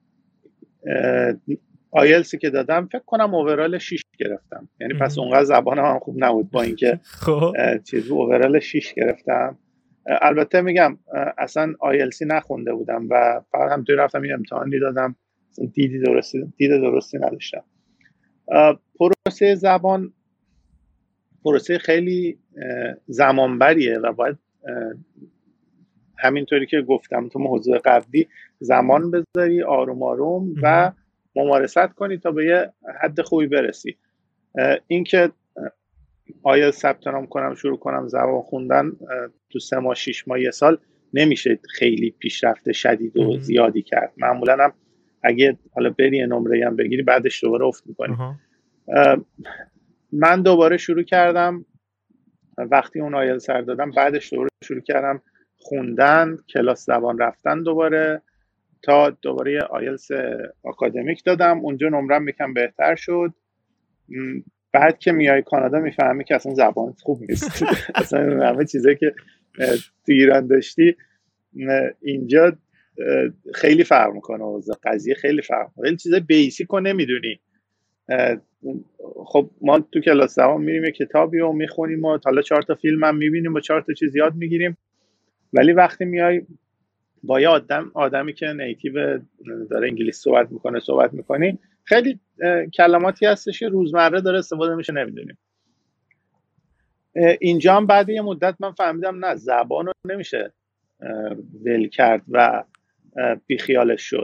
آیلتسی که دادم فکر کنم اوورال 6 گرفتم. یعنی پس اونقدر زبانم هم خوب نبود با اینکه اوورال 6 گرفتم. البته میگم اصلا آیلتسی نخونده بودم و فقط همینطوری رفتم این امتحانی دادم، دید درستی نداشتم. پروسه زبان پروسه خیلی زمانبریه و باید همینطوری که گفتم تو موضوع قبلی زمان بذاری، آروم آروم و ممارست کنی تا به یه حد خوبی برسی. این که آیا ثبت نام کنم شروع کنم زبان خوندن تو 3 ماه 6 ماه 1 سال نمیشه خیلی پیشرفت شدید و زیادی کرد. معمولا هم اگه حالا بری نمره هم بگیری بعدش دوباره افت میکنی. من دوباره شروع کردم وقتی اون آیل سر دادم، بعدش دوباره شروع کردم خوندن، کلاس زبان رفتن دوباره تا دوباره آیلتس آکادمیک دادم. اونجا نمرم یکم بهتر شد. بعد که میای کانادا میفهمی که اصلا زبان خوب نیست. اصلا همه چیزایی که تو ایران داشتی اینجا خیلی فرق میکنه. قضیه خیلی فرق میکنه. خیلی چیزای بیسیک رو نمیدونی. خب ما تو کلاس زبان میریم یه کتابی رو میخونیم و حالا 4 تا فیلم هم میبینیم و 4 تا چیز یاد میگیریم، ولی وقتی میای با یه آدمی که نیتیو داره انگلیسی صحبت میکنی خیلی کلماتی هستش که روزمره داره استفاده میشه نمیدونیم. اینجا هم بعد یه مدت من فهمیدم نه، زبان رو نمیشه ول کرد و بیخیالش شد.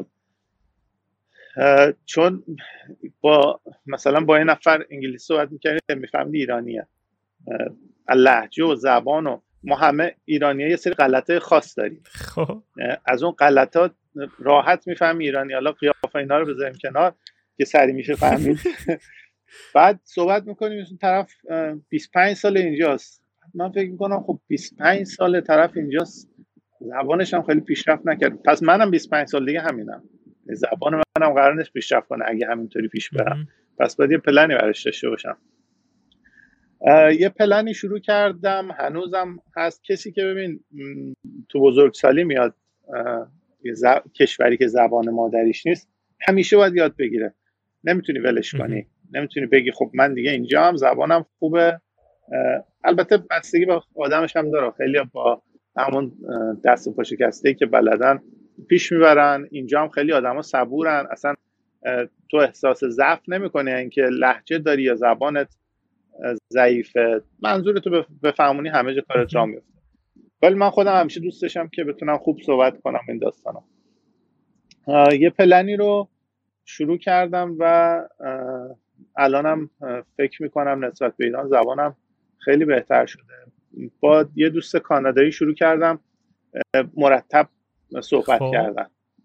چون مثلا با یه نفر انگلیسی صحبت میکردی میفهمدی ایرانیه. لهجه و زبان و ما همه ایرانی‌ها یه سری غلطه خاص داریم. خب از اون غلطات راحت میفهمی ایرانی. حالا قیافه اینا رو بذاریم کنار که سری میشه فهمید. بعد صحبت میکنیم مثلا طرف 25 سال اینجاست. من فکر میکنم خب 25 سال طرف اینجاست، زبانش هم خیلی پیشرفت نکرد، پس منم 25 سال دیگه همینم، زبان منم قرار نیست پیشرفت کنه اگه همینطوری پیش برم. پس باید یه پلنی براش داشته باشم. یه پلنی شروع کردم، هنوزم هست. کسی که ببین تو بزرگسالی میاد کشوری که زبان مادریش نیست همیشه باید یاد بگیره. نمیتونی ولش کنی، نمیتونی بگی خب من دیگه اینجا هم زبانم خوبه. البته بستگی به آدمش هم داره. خیلی با همون دست و پا شکسته‌ای که بلدن پیش میبرن. اینجا هم خیلی آدما صبورن، اصلا تو احساس ضعف نمی‌کنی اینکه لهجه داری یا زبانت ضعیفه. منظورتو بفهمونی همه جا کارت راه میفته. ولی من خودم همیشه دوست داشتم که بتونم خوب صحبت کنم این داستانا. یه پلنی رو شروع کردم و الانم فکر میکنم نسبت به ایران زبانم خیلی بهتر شده. با یه دوست کانادایی شروع کردم مرتب صحبت کردن.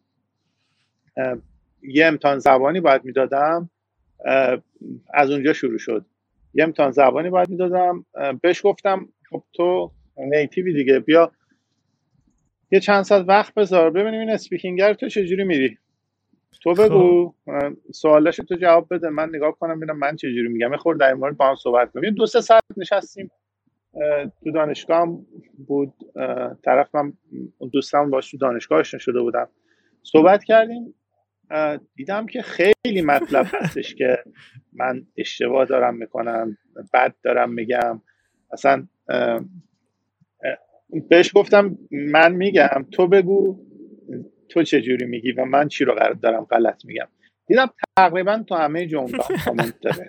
یه امتحان زبانی باید میدادم، از اونجا شروع شد. یه امتحان زبانی باید میدادم، بهش گفتم خب تو نیتیوی دیگه، بیا یه چند ساعت وقت بذار ببینیم این اسپیکینگر تو چجوری میری، تو بگو سوالاشو تو جواب بده، من نگاه کنم ببینم من چجوری میگم، خورد در این مورد با هم صحبت کنیم. 2-3 ساعت نشستیم. تو دانشگاه هم بود طرف، من دوستم باش تو دانشگاه آشنا شده بودم، صحبت کردیم. دیدم که خیلی مطلب هستش که من اشتباه دارم میکنم، بد دارم میگم. اصلا بهش گفتم من میگم تو بگو تو چجوری میگی و من چی رو دارم غلط میگم. دیدم تقریبا تو همه جمله کامنت داره.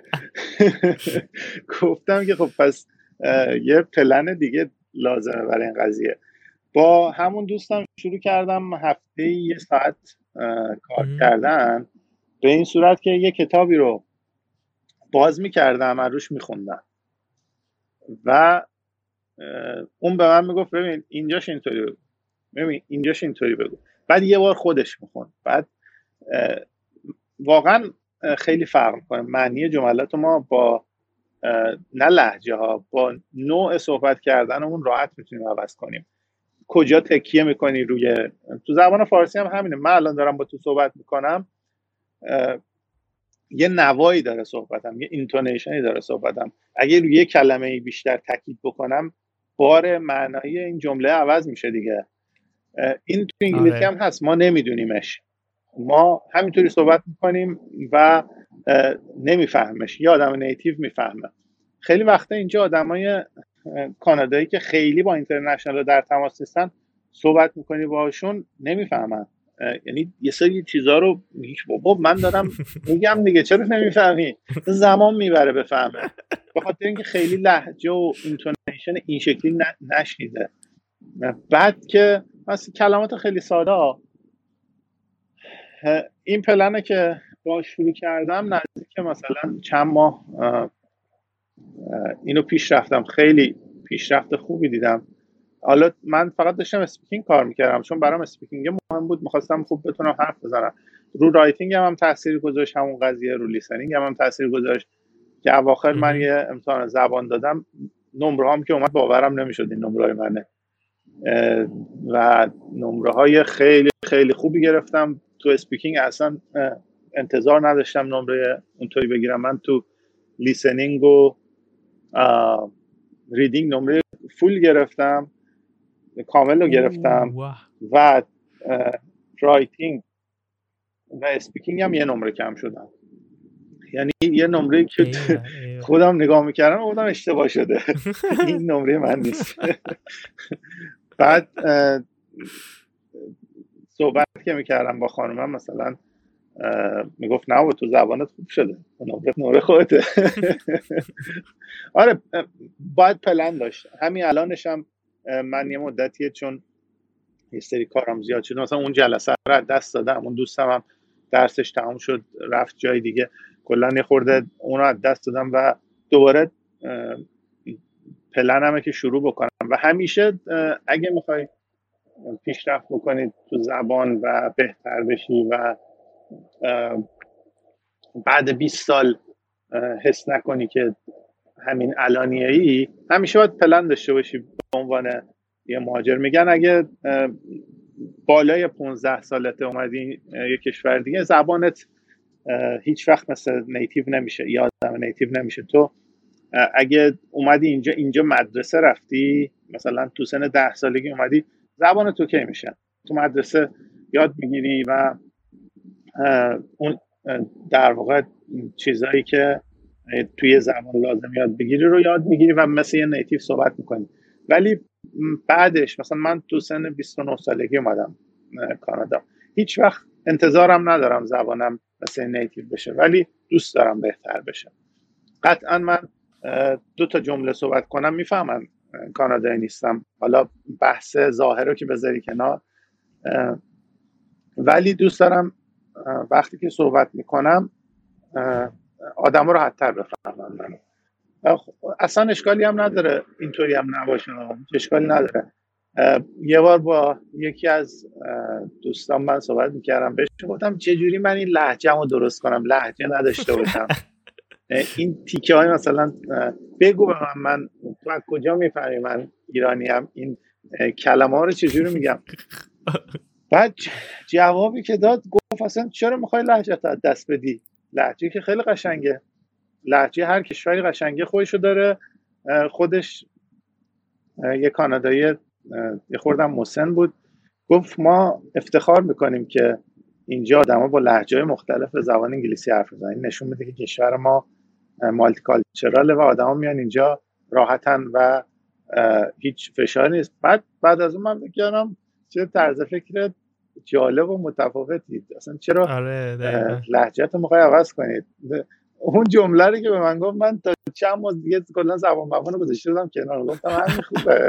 گفتم که خب پس یه پلن دیگه لازمه برای این قضیه. با همون دوستم شروع کردم هفته 1 ساعت کار کردن، به این صورت که یه کتابی رو باز میکردم و روش میخوندم و اون به من میگفت ببین اینجاش اینطوری بگو، ببین اینجاش اینطوری بگو. بعد یه بار خودش میخوند. بعد واقعا خیلی فرق میکنه معنی جملات ما با نه لهجه ها، با نوع صحبت کردنمون راحت میتونیم عوض کنیم. کجا تکیه میکنی روی، تو زبان فارسی هم همینه. من الان دارم با تو صحبت میکنم، یه نوایی داره صحبتم، یه اینتونیشنی داره صحبتم. اگه روی یه کلمه بیشتر تاکید بکنم بار معنایی این جمله عوض میشه دیگه. این تو انگلیسی هم هست، ما نمیدونیمش، ما همینطوری صحبت میکنیم و نمیفهمش، یه آدم نیتیو میفهمه. خیلی وقتا اینجا آدمای کانادایی که خیلی با اینترنشنال در تماس نیستن صحبت میکنی باهاشون نمیفهمن. یعنی یه سری چیزا رو بابا من دارم میگم دیگه چرا نمیفهمی؟ زمان میبره بفهمه، به خاطر اینکه خیلی لهجه و اینتونیشن پرونانسیشن این شکلی نشنیده. بعد که مثلا کلمات خیلی ساده، این پلنه که باش شروع کردم نزدیک مثلا چند ماه اینو پیش رفتم، خیلی پیشرفت خوبی دیدم. حالا من فقط داشتم اسپیکینگ کار میکردم چون برام اسپیکینگ مهم بود، میخواستم خوب بتونم حرف بزنم. رو رایتینگ هم تاثیر گذاشت همون قضیه، رو لیسنینگ هم تاثیر گذاشت که اواخر من یه امتحان زبان دادم، نمره هم که اومد باورم نمیشد این نمره های منه و نمره های خیلی خیلی خوبی گرفتم. تو اسپیکینگ اصلا انتظار نداشتم نمره اونطوری بگیرم. من تو لیسنینگ و ریدینگ نمره فول گرفتم، کامل رو گرفتم و رایتینگ و اسپیکینگ هم یه نمره کم شدم. یعنی یه نمره که خودم نگاه میکردم و بودم اشتباه شده این نمره من نیست. بعد صحبت که میکردم با خانومم مثلا میگفت نه تو زبانت خوب شده، نمره خودته. آره باید پلن داشت. همین الانش هم من یه مدتیه چون یه سری کارم زیاد شد، مثلا اون جلسه رو دست دادم، اون دوستم هم درسش تمام شد رفت جای دیگه، کلا یه خورده اون رو دست دادم و دوباره پلنمه که شروع بکنم. و همیشه اگه میخوای پیشرفت بکنید تو زبان و بهتر بشی و بعد 20 سال حس نکنی که همین الانیه‌ای، همیشه باید پلن داشته باشی. به عنوان یه مهاجر میگن اگه بالای 15 سالته اومدی یه کشور دیگه، زبانت هیچ وقت مثل نیتیو نمیشه یا آدم نیتیو نمیشه. تو اگه اومدی اینجا مدرسه رفتی، مثلا تو سن 10 سالگی اومدی، زبانت اوکی میشه، تو مدرسه یاد میگیری و اون در واقع چیزایی که توی زبان لازم یاد بگیری رو یاد میگیری و مثل یه نیتیو صحبت میکنی. ولی بعدش مثلا من تو سن 29 سالگی اومدم کانادا، هیچ وقت انتظارم ندارم زبانم مثل نیتیو بشه، ولی دوست دارم بهتر بشه. قطعا من 2 تا جمله صحبت کنم میفهمم کانادایی نیستم، حالا بحث ظاهر رو که بذاری کنار، ولی دوست دارم وقتی که صحبت میکنم آدم رو راحت‌تر بفهمم منو. اصلا اشکالی هم نداره اینطوری هم نباشه، اشکالی نداره. یه بار با یکی از دوستان من صحبت میکردم، بهش گفتم چجوری من این لهجه‌مو درست کنم، لهجه نداشته باشم. این تیکه های مثلا بگو به من تو از کجا میفهمی من ایرانیم، این کلمه ها رو چجوری میگم. بعد جوابی که داد گفت اصلا چرا میخوای لهجه‌ت از دست بدی؟ لهجه که خیلی قشنگه، لهجه هر کشوری قشنگه خودشو داره. خودش یه کانادایی یه خوردم مسن بود، گفت ما افتخار میکنیم که اینجا آدما با لهجه‌های مختلف زبان انگلیسی حرف میزنن. این نشون میده که کشور ما مالتی کالچراله و آدما میان اینجا راحتن و هیچ فشاری نیست. بعد از اون من میگم چه طرز فکر جالب و متفاوتی، اصلا چرا لهجه‌تو میخوای عوض کنید؟ اون جمله رو که به من گفت من تا چند ماه دیگه کلا زبان رو گذاشته بودم کنار، گفتم همین خوبه.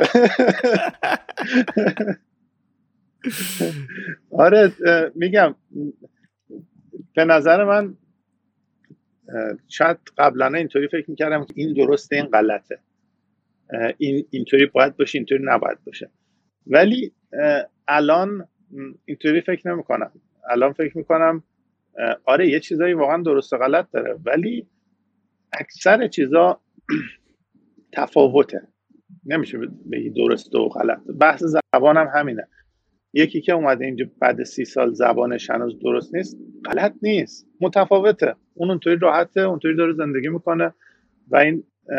آره میگم به نظر من شاید قبلا اینطوری فکر میکردم که این درسته این غلطه، این اینطوری باید باشه اینطوری نباید باشه، ولی الان اینطوری فکر نمیکنم. الان فکر میکنم آره یه چیزایی واقعا درست و غلط داره، ولی اکثر چیزا تفاوته، نمیشه بگی درست و غلط. بحث زبان هم همینه. یکی که اومده اینجا بعد 30 سال زبانش هنوز درست نیست، غلط نیست، متفاوته. اون اونطوری راحته، اونطوری داره زندگی میکنه و این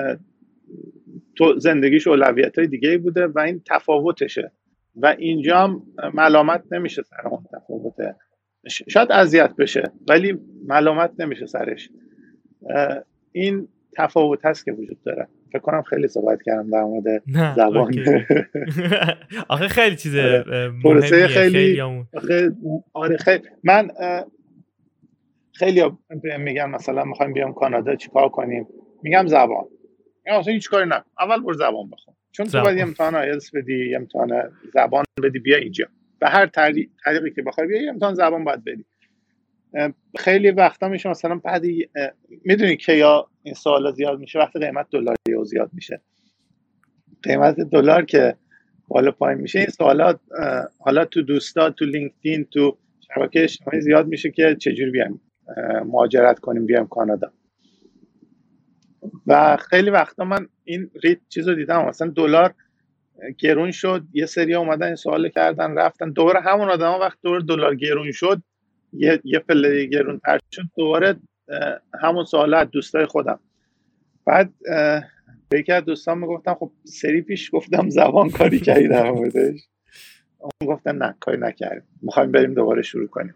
تو زندگیش اولویت‌های دیگه بوده و این تفاوتشه و اینجا هم ملامت نمیشه سر اون تفاوته. شاید اذیت بشه ولی ملامت نمیشه سرش. این تفاوت هست که وجود داره. فکر کنم خیلی صحبت کردم در مورد زبان. آخه خیلی چیز مهمیه، خیلی آره خیلی. من خیلی میگم مثلا میخوایم بیام کانادا چیکار کنیم، میگم زبان. اصلا هیچ کاری نه، اول برو زبان بخون. چون تو باید یه امتحان آیلتس بدی، یه امتحان زبان بدی، بیا اینجا به هر طریقی که بخوای بیا یه امتحان زبان باید بدی. خیلی وقتا میشه مثلا بعد میدونی که یا این سوالا زیاد میشه وقتی قیمت دلار زیاد میشه، قیمت دلار که بالا پایین میشه، این سوالات حالا تو دوستا، تو لینکدین، تو شبکه اجتماعی زیاد میشه که چجوری بیایم مهاجرت کنیم بیایم کانادا. و خیلی وقتا من این چیزو دیدم، مثلا دلار گرون شد، یه سری اومدن این سوال کردن رفتن، دوباره همون آدما وقت دوباره دلار گرون شد یه پله گرون تر شد، دوباره همون سوالا از دوستای خودم. بعد به یکی از دوستان میگفتم خب سری پیش گفتم زبان کاری کردی در موردش، اون گفتن نه کاری نکردیم، میخوایم بریم دوباره شروع کنیم.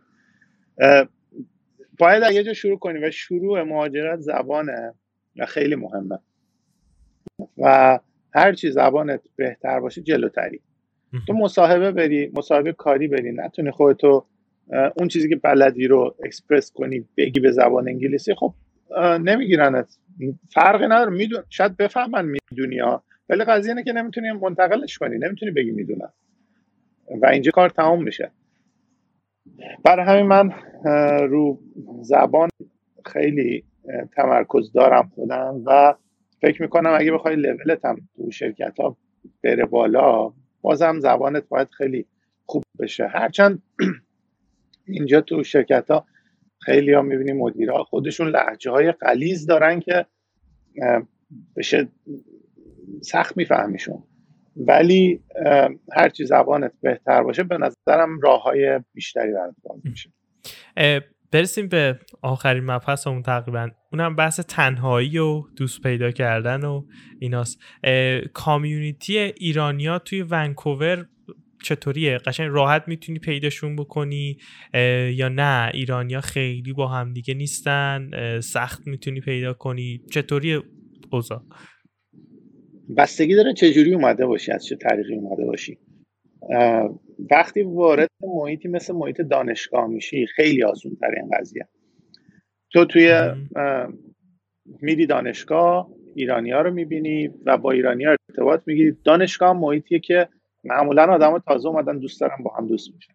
باید اگه جا شروع کنیم و شروع مهاجرت زبانه و خیلی مهمه و هر چی زبانت بهتر باشه جلوتری. تو مصاحبه بری، مصاحبه کاری بری، نتونی خودتو اون چیزی که بلدی رو اکسپرس کنی بگی به زبان انگلیسی، خب نمیگیرنت، فرقی نداره. شاید بفهمن میدونی ها، ولی قضیه اینه که نمیتونی منتقلش کنی، نمیتونی بگی میدونم و اینجا کار تمام میشه. برای همین من رو زبان خیلی تمرکز دارم خودم و فکر میکنم اگه بخوای لولت هم تو شرکت ها بره بالا، بازم زبانت باید خیلی خوب بشه. هرچند اینجا تو شرکت ها خیلی ها میبینی مدیرها خودشون لهجه های غلیظ دارن که بشه سخت میفهمیشون، ولی هرچی زبانت بهتر باشه به نظرم راه های بیشتری برات باز میشه. برسیم به آخرین مبحثمون تقریبا، اونم بحث تنهایی و دوست پیدا کردن و ایناست. کامیونیتی ایرانیا توی ونکوور چطوریه؟ قشنگ راحت میتونی پیداشون بکنی یا نه ایرانیا خیلی با هم دیگه نیستن، سخت میتونی پیدا کنی؟ چطوریه اوضاع؟ بستگی داره چجوری اومده باشی، از چه طریقی اومده باشی. وقتی وارد محیطی مثل محیط دانشگاه میشی خیلی آسون تر این قضیه. تو توی میری دانشگاه ایرانی ها رو میبینی و با ایرانی ها ارتباط میگیری. دانشگاه محیطیه که معمولا آدم ها تازه اومدن دوست دارن با هم دوست میشن.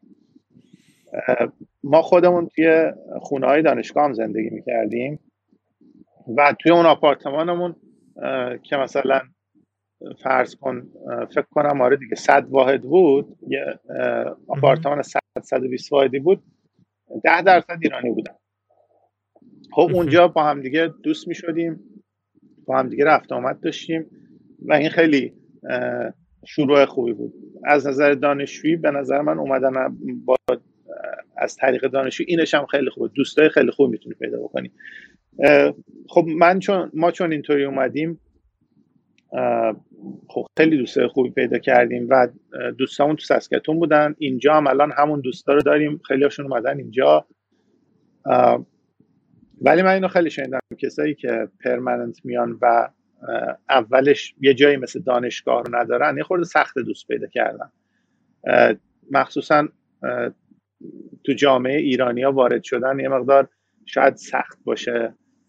ما خودمون توی خونه های دانشگاه هم زندگی میکردیم و توی اون آپارتمانمون که مثلا فرض کن فکر کنم آره دیگه 100 واحد بود، یه آپارتمان 100-120 واحدی بود، 10% ایرانی بودن. خب اونجا با هم دیگه دوست می شدیم، با هم دیگه رفت آمد داشتیم و این خیلی شروع خوبی بود. از نظر دانشجویی به نظر من اومدن با از طریق دانشجویی اینش هم خیلی خوبه، دوستای خیلی خوب میتونی پیدا بکنی. خب ما چون اینطوری اومدیم خب خیلی دوستای خوبی پیدا کردیم و دوستامون تو ساسکاتون بودن، اینجا هم الان همون دوستا رو داریم، خیلی هاشون اومدن اینجا. ولی من اینو خیلی شنیدم کسایی که پرمننت میان و اولش یه جایی مثل دانشگاه رو ندارن، یه خورده سخت دوست پیدا کردن، مخصوصا تو جامعه ایرانیا وارد شدن یه مقدار شاید سخت باشه.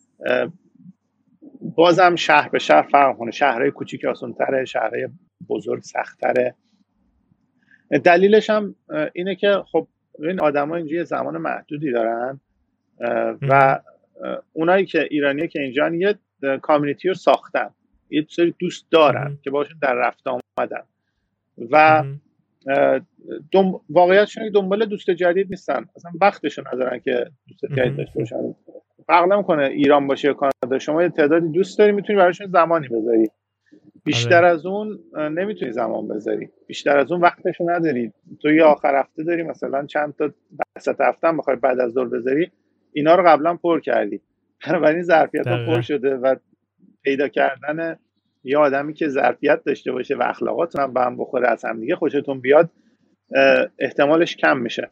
بازم شهر به شهر فرق کنه، شهرهای کوچیک آسان‌تره، شهرهای بزرگ سخت‌تره. دلیلش هم اینه که خب این آدم‌ها اینجا زمان محدودی دارن و اونایی که ایرانیه که اینجا یه کامیونیتی رو ساختن، یه سری دوست دارن که باشون در رفت آمدن و واقعیتشون دنبال دوست جدید نیستن، اصلا وقتشون ندارن که دوست جدید داشته باشن. فرق نمی‌کنه ایران باشه یا کانادا، شما یه تعدادی دوست داری میتونی براشون زمانی بذاری، بیشتر از اون نمیتونی زمان بذاری، بیشتر از اون وقتشو نداری. تو یه آخر هفته داری مثلا چند تا وسط هفته هم بخوای بعد از ظهر بذاری، اینا رو قبلا پر کردی، بنابراین ظرفیت‌ها پر شده و پیدا کردن یه آدمی که ظرفیت داشته باشه و اخلاقاتون هم به هم بخوره، از هم دیگه خوشتون بیاد، احتمالش کم میشه.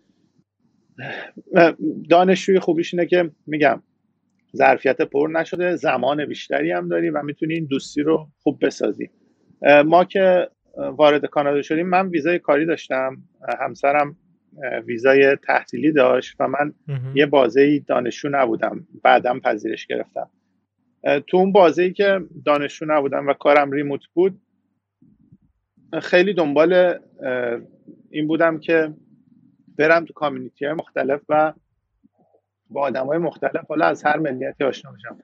دانشجوی خوبیش اینه که میگم ظرفیت پر نشده، زمان بیشتری هم داری و میتونی این دوستی رو خوب بسازی. ما که وارد کانادا شدیم، من ویزای کاری داشتم، همسرم ویزای تحصیلی داشت و من یه بازه‌ای دانشجو نبودم، بعدم پذیرش گرفتم. تو اون بازه‌ای که دانشجو نبودم و کارم ریموت بود، خیلی دنبال این بودم که برم تو کامیونیتی های مختلف و با آدم های مختلف، حالا از هر ملیتی آشنا بشم.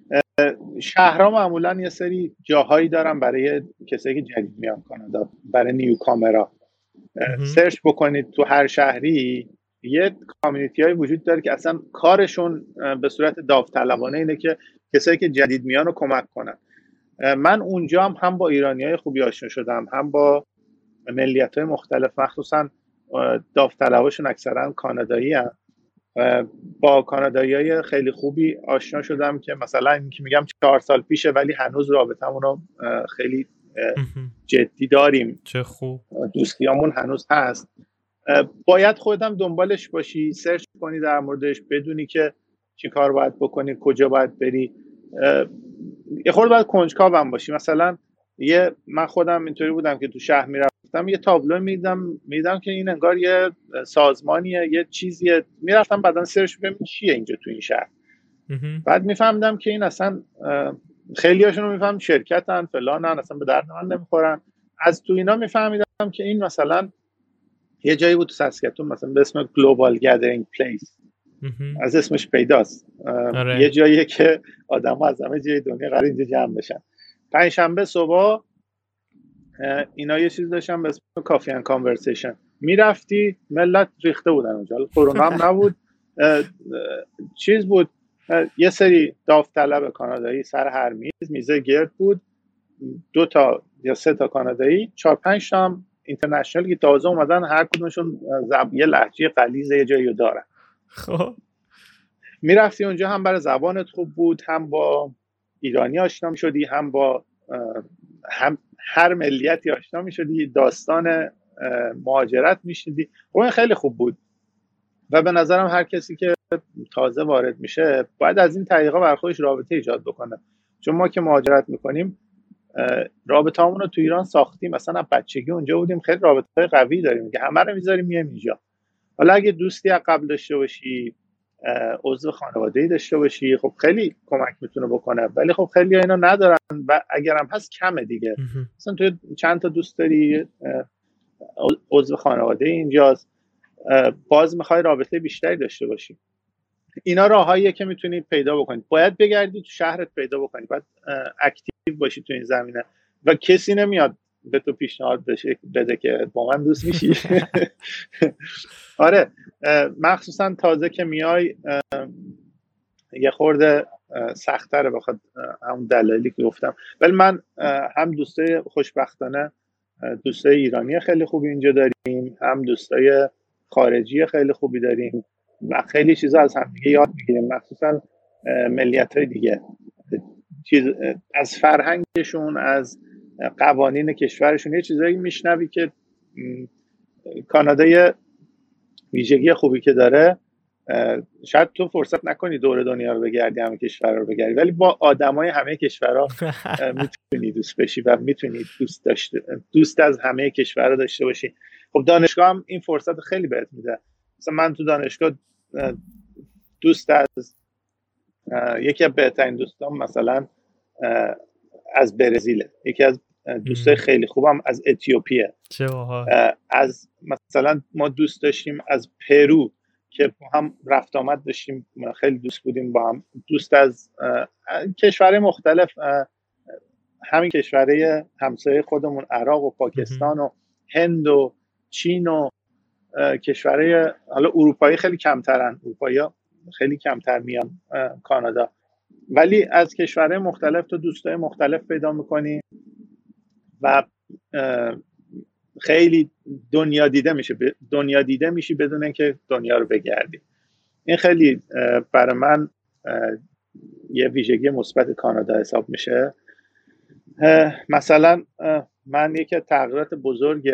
شهرها معمولا یه سری جاهایی دارن برای کسایی که جدید میان کانادا، برای نیو کامرا. سرچ بکنید تو هر شهری یه کامیونیتی های وجود داره که اصلا کارشون به صورت داوطلبانه اینه که کسایی که جدید میان رو کمک کنن. من اونجا هم با ایرانیای خوبی آشنا شدم، هم با ملیت‌های مختلف، مخصوصا داوطلباشون اکثرا کانادایی هستن. با کانادایی‌های خیلی خوبی آشنا شدم که مثلا این که میگم 4 سال پیشه ولی هنوز رابطمون رو خیلی جدی داریم. چه خوب. دوستیامون هنوز هست. باید خودم دنبالش باشی، سرچ کنی در موردش، بدونی که چی کار باید بکنی، کجا باید بری. یه خورده باید کنجکاوم باشی. مثلا من خودم اینطوری بودم که تو شهر میرفتم یه تابلو میدم که این انگار یه سازمانیه، یه چیزیه. میرفتم بعدن سرچ ببینم چیه اینجا تو این شهر. بعد میفهمیدم که این اصلا خیلی هاشون رو میفهم شرکتن فلانن، اصلا به درد من نمیخورن. از تو اینا میفهمیدم که این مثلا یه جایی بود تو ساسکاتون مثلا به اسم گلوبال گدرینگ پلیس، از اسمش پیداست. یه جاییه که آدم‌ها از همه جای دنیا قراره اینجا جمع بشن. پنجشنبه صبح اینا یه چیز داشتن به اسم کافی اند کانورسیشن. میرفتی ملت ریخته بودن اونجا، کرونا هم نبود. چیز بود، یه سری داوطلب کانادایی سر هر میزه گرد بود، 2 تا یا 3 تا کانادایی، 4-5 تا هم اینترنشنال که تازه اومدن، هر کدومشون یه لهجه غلیظ یه جایی رو دارن. خب میرفتی اونجا هم برای زبانت خوب بود، هم با ایرانی آشنا میشدی، هم با هر ملیتی آشنا میشدی، داستان مهاجرت میشدی. اون خیلی خوب بود و به نظرم هر کسی که تازه وارد میشه باید از این طریقا برای خودش رابطه ایجاد بکنه. چون ما که مهاجرت میکنیم رابطه همون رو تو ایران ساختیم، مثلا بچگی اونجا بودیم، خیلی رابطه قوی داریم که همه رو میذاریم میایم اینجا. حالا اگه دوستی از قبل داشته باشی، عضو خانواده‌ای داشته باشی، خب خیلی کمک میتونه بکنه. ولی خب خیلی اینا ندارن و اگرم هست کمه دیگه. مثلا تو چند تا دوست داری، عضو خانواده اینجاست، باز میخوای رابطه بیشتری داشته باشی. اینا راهاییه که میتونی پیدا بکنی. باید بگردی تو شهرت پیدا بکنی، باید اکتیو باشی تو این زمینه و کسی نمیاد به تو پیشنهاد بده که با من دوست میشی. آره، مخصوصا تازه که میای یه خورده سخت‌تره بخواد همون دلایلی که گفتم. ولی من هم دوستای خوشبختانه دوستای ایرانی خیلی خوبی اینجا داریم، هم دوستای خارجی خیلی خوبی داریم و خیلی چیزا از هم دیگه یاد میگیریم، مخصوصا ملیت‌های دیگه، از فرهنگشون، از قوانین کشورشون یه چیزایی میشنوی که کانادا یه ویژگی خوبی که داره، شاید تو فرصت نکنی دور دنیا رو بگردی، همه کشورها رو بگردی، ولی با آدمای همه کشورها میتونی دوست بشی و میتونی دوست از همه کشورها داشته باشی. خب دانشگاه هم این فرصت خیلی بهت میده. مثلا من تو دانشگاه دوست از یکی از بهترین دوستام مثلا از برزیله، یکی از دوستای خیلی خوبم از اتیوپیه، از مثلا ما دوست داشتیم از پرو که هم رفت آمد داشتیم، خیلی دوست بودیم با هم. دوست از کشورهای مختلف، همین کشورهای همسایه خودمون، عراق و پاکستان و هند و چین و کشورهای حالا اروپایی خیلی کمترن، اروپایی‌ها خیلی کمتر میان کانادا، ولی از کشورهای مختلف تو دوستای مختلف پیدا میکنی و خیلی دنیا دیده میشی بدون اینکه دنیا رو بگردی. این خیلی برای من یه ویژگی مثبت کانادا حساب میشه. مثلا من یکی از تغییرات بزرگ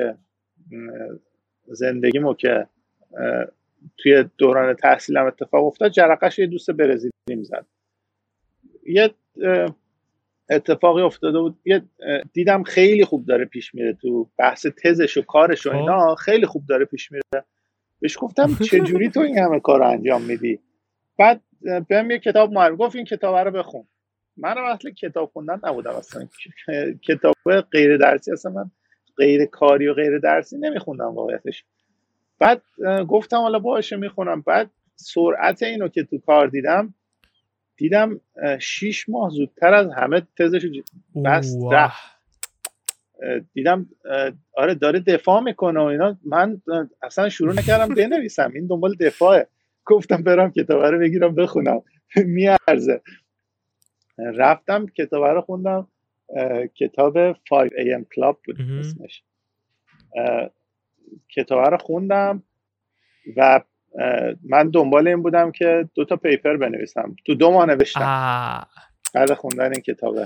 زندگیمو که توی دوران تحصیلم اتفاق افتاد، جرقش یه دوست برزیلیم زد. یه اتفاقی افتاده بود، دیدم خیلی خوب داره پیش میره تو بحث تزش و کارش و اینا، خیلی خوب داره پیش میره. بهش گفتم چجوری تو این همه کار رو انجام میدی؟ بعد بهم یه کتاب معرفی گفت، این کتاب رو بخون. منم اصلا کتاب خوندن نبودم، اصلا کتاب غیر درسی اصلا من غیر کاری و غیر درسی نمیخوندم واقعیتش. بعد گفتم حالا باشه میخونم. بعد سرعت اینو که تو کار دیدم 6 ماه زودتر از همه تزشو بس رفت. دیدم آره داره دفاع میکنه و اینا. من اصلا شروع نکردم بنویسم، این دنبال دفاعه. گفتم برم کتابه رو بگیرم بخونم میارزه. رفتم کتابه رو خوندم، کتاب 5am Club بود اسمش. کتابه رو خوندم و من دنبال این بودم که 2 تا پیپر بنویسم. تو 2 ماه نوشتم بعد خوندن این کتابه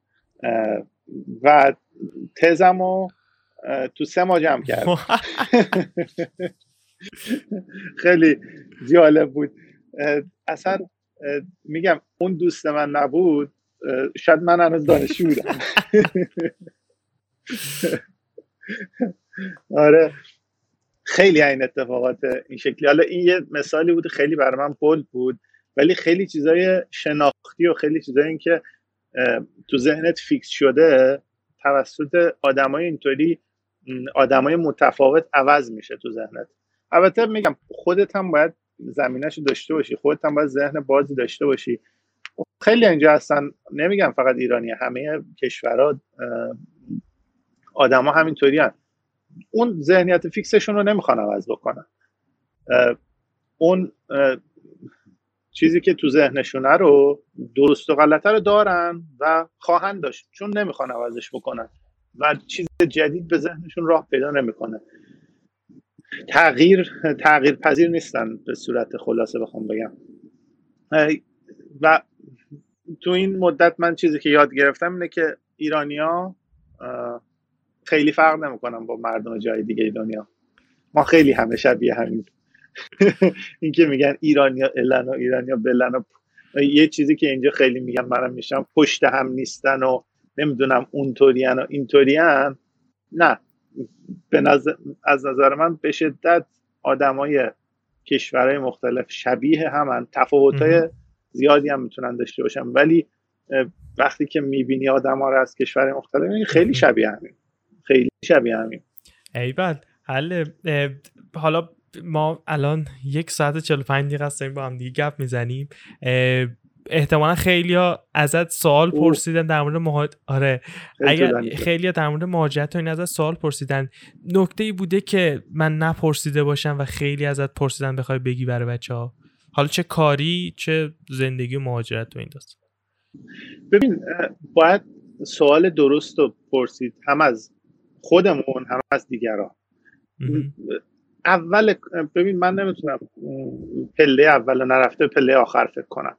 و تزمو تو 3 ماه جمع کردم. خیلی جالب بود. اصلا میگم اون دوست من نبود شاید من هنوز دانشجو بودم. آره خیلی این اتفاقات این شکلی. حالا این یه مثالی بود خیلی برای من بولد بود، ولی خیلی چیزای شناختی و خیلی چیزای این که تو ذهنت فیکس شده توسط آدمای اینطوری، آدمای متفاوت عوض میشه تو ذهنت. البته میگم خودت هم باید زمینه‌شو داشته باشی، خودت هم باید ذهن بازی داشته باشی. خیلی اینجا هستن، نمیگم فقط ایرانی، همه کشورها آدما همینطوری هستن. اون ذهنیت فیکسشون رو نمیخوان عوض بکنن. اون چیزی که تو ذهنشونه رو درست و غلطه رو دارن و خواهند داشت، چون نمیخوان عوضش بکنن و چیز جدید به ذهنشون راه پیدا نمیکنه. تغییر پذیر نیستن به صورت خلاصه بخوام بگم. و تو این مدت من چیزی که یاد گرفتم اینه که ایرانیا خیلی فرق نمیکنن با مردم جای دیگه دنیا. ما خیلی همه شبیه همین. این که میگن ایرانیا الن و ایرانیا بلن و یه چیزی که اینجا خیلی میگن منم میشم پشت هم نیستن و نمیدونم اونطورین و اینطورین. نه، از نظر من به شدت آدمای کشورهای مختلف شبیه همن، تفاوت‌های زیادی هم میتونن داشته باشن، ولی وقتی که میبینی آدم‌ها رو از کشورهای مختلف خیلی شبیه همین. ایول حل. حالا ما الان 1 ساعت 45 دقیقه هستیم با هم دیگه گپ میزنیم. احتمالا خیلیا ازت سوال پرسیدن در مورد آره اگر خیلیا در مورد مهاجرت و این ازت سوال پرسیدن، نکته‌ای بوده که من نپرسیده باشم و خیلی ازت پرسیدن بخوای بگی برای بچه‌ها، حالا چه کاری چه زندگی مهاجرت و این داست؟ ببین باید سوال درست رو پرسید، هم از خودمون هم از دیگران. اول ببین من نمیتونم پله اول نرفته پله آخر فکر کنم.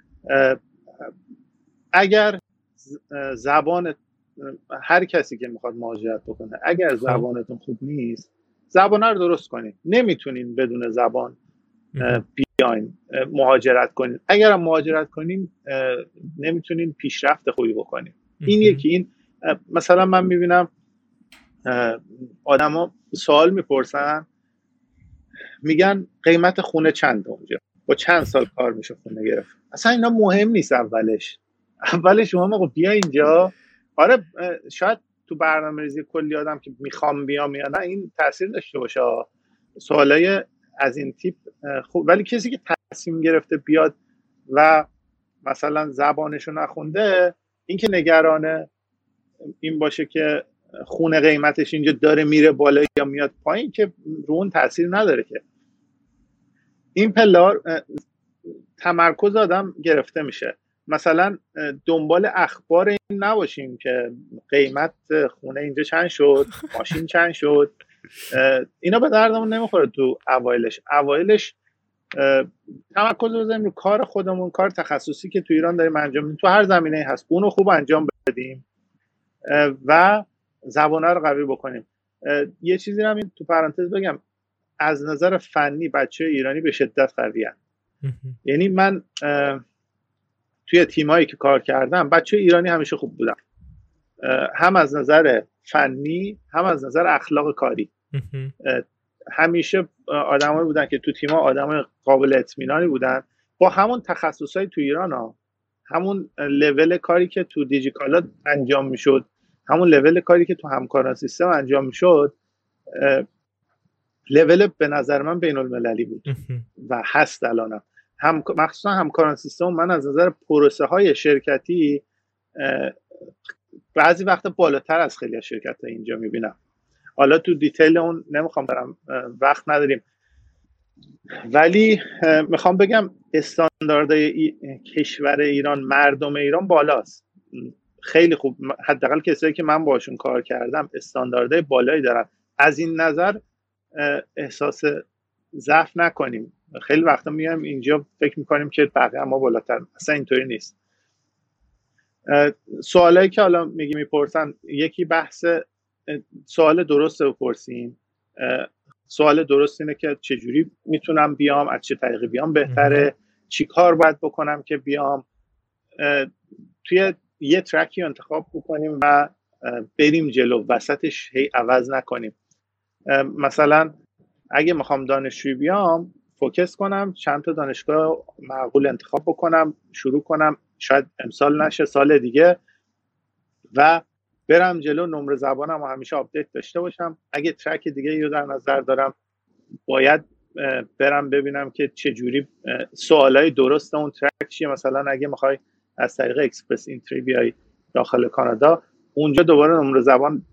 اگر زبان هر کسی که میخواد مهاجرت بکنه اگر زبانتون خوب نیست زبان رو درست کنین. نمیتونین بدون زبان بیاین مهاجرت کنین. اگر هم مهاجرت کنین نمیتونین پیشرفت خوبی بکنین. این یکی. این مثلا من میبینم آدما سوال میپرسن میگن قیمت خونه چنده اونجا، با چند سال کار میشه خونه گرفت. اصلا اینا مهم نیست. اولش شما بیا اینجا. آره شاید تو برنامه‌ریزی کلی آدم که میخوام بیام یا نه این تاثیر داشته باشه سوالای از این تیپ خوب، ولی کسی که تصمیم گرفته بیاد و مثلا زبانشو نخونده، این که نگرانه این باشه که خونه قیمتش اینجا داره میره بالا یا میاد پایین که رو اون تاثیر نداره. که این پلار تمرکز آدم گرفته میشه. مثلا دنبال اخبار این نباشیم که قیمت خونه اینجا چند شد، ماشین چند شد. اینا به دردمون نمیخوره. تو اوایلش تمرکز بزنیم رو کار خودمون، کار تخصصی که تو ایران داریم انجام میدیم، تو هر زمینه‌ای هست اونو خوب انجام بدیم و زبانه رو قوی بکنیم. یه چیزی رو هم تو پرانتز بگم، از نظر فنی بچه ایرانی به شدت قویه. یعنی من توی تیمایی که کار کردم بچه ایرانی همیشه خوب بودن، هم از نظر فنی هم از نظر اخلاق کاری. همیشه آدمایی بودن که تو تیم‌ها آدمای قابل اطمینانی بودن، با همون تخصصای تو ایران همون لول کاری که تو دیجیکالا انجام میشد همون لول کاری که تو همکاران سیستم انجام میشد لول به نظر من بین المللی بود و هست الانم. مخصوصا همکاران سیستم من از نظر پروسه های شرکتی بعضی وقتا بالاتر از خیلی از شرکت ها اینجا میبینم. حالا تو دیتیل اون نمیخوام برم، وقت نداریم، ولی میخوام بگم استانداردهای کشور ایران، مردم ایران بالاست، خیلی خوب. حداقل کسایی که من باشون کار کردم استانداردهای بالایی دارن. از این نظر احساس ضعف نکنیم. خیلی وقتا میایم اینجا فکر میکنیم که بقیه ما بالاتر، اصلا اینطوری نیست. سوالایی که حالا میپرسن، یکی بحث سوال درست بپرسیم. سوال درست اینه که چجوری میتونم بیام، از چه طریقی بیام بهتره، چی کار باید بکنم که بیام. توی یه ترکی انتخاب بکنیم و بریم جلو، وسطش هی عوض نکنیم. مثلا اگه میخوام دانشجوی بیام، فوکس کنم چند تا دانشگاه معقول انتخاب بکنم، شروع کنم، شاید امسال نشه سال دیگه، و برم جلو. نمره زبانم همیشه آپدیت داشته باشم. اگه ترک دیگه رو در نظر دارم، باید برم ببینم که چجوری سوالای درست اون ترک چیه. مثلا اگه میخوای از طریق اکسپرس اینتری بیای داخل کانادا، اونجا دوباره نمره زبان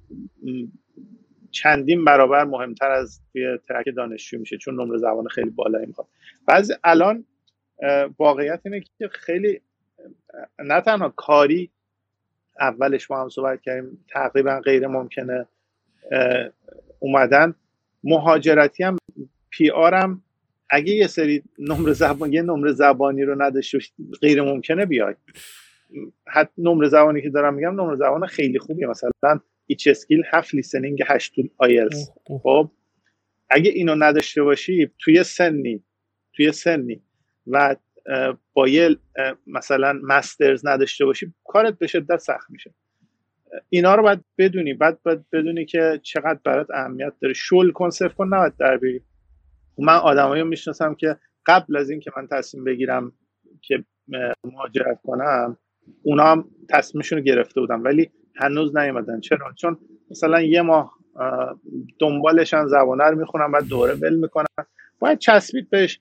چندین برابر مهمتر از توی ترک دانشجو میشه، چون نمره زبان خیلی بالایی میخواد. بعضی الان واقعیت اینه که خیلی نه تنها کاری، اولش ما هم صحبت کردیم تقریبا غیر ممکنه اومدن، مهاجرتی هم، پی آر هم اگه یه سری نمره زبانی رو نداشته غیر ممکنه بیای. حتی نمره زبانی که دارم میگم نمره زبان خیلی خوبیه، مثلا ایچ اسکیل 7 لیسنینگ 8 تو آیلتس. خب اگه اینو نداشته باشی توی سنی و با یه مثلا مسترز نداشته باشی، کارت به شدت سخت میشه. اینا رو باید بدونی. بعد بدونی که چقدر برات اهمیت داره. شل کن، صرف کن، نباید در بری. من آدمایی رو میشناسم که قبل از این که من تصمیم بگیرم که مهاجرت کنم، اونا هم تصمیمشون رو گرفته بودن ولی هنوز نیومدن. چرا؟ چون مثلا یه ماه دنبالشن، زبانه رو میخونن، بعد دوره ول میکنن، باید چسبید بهش.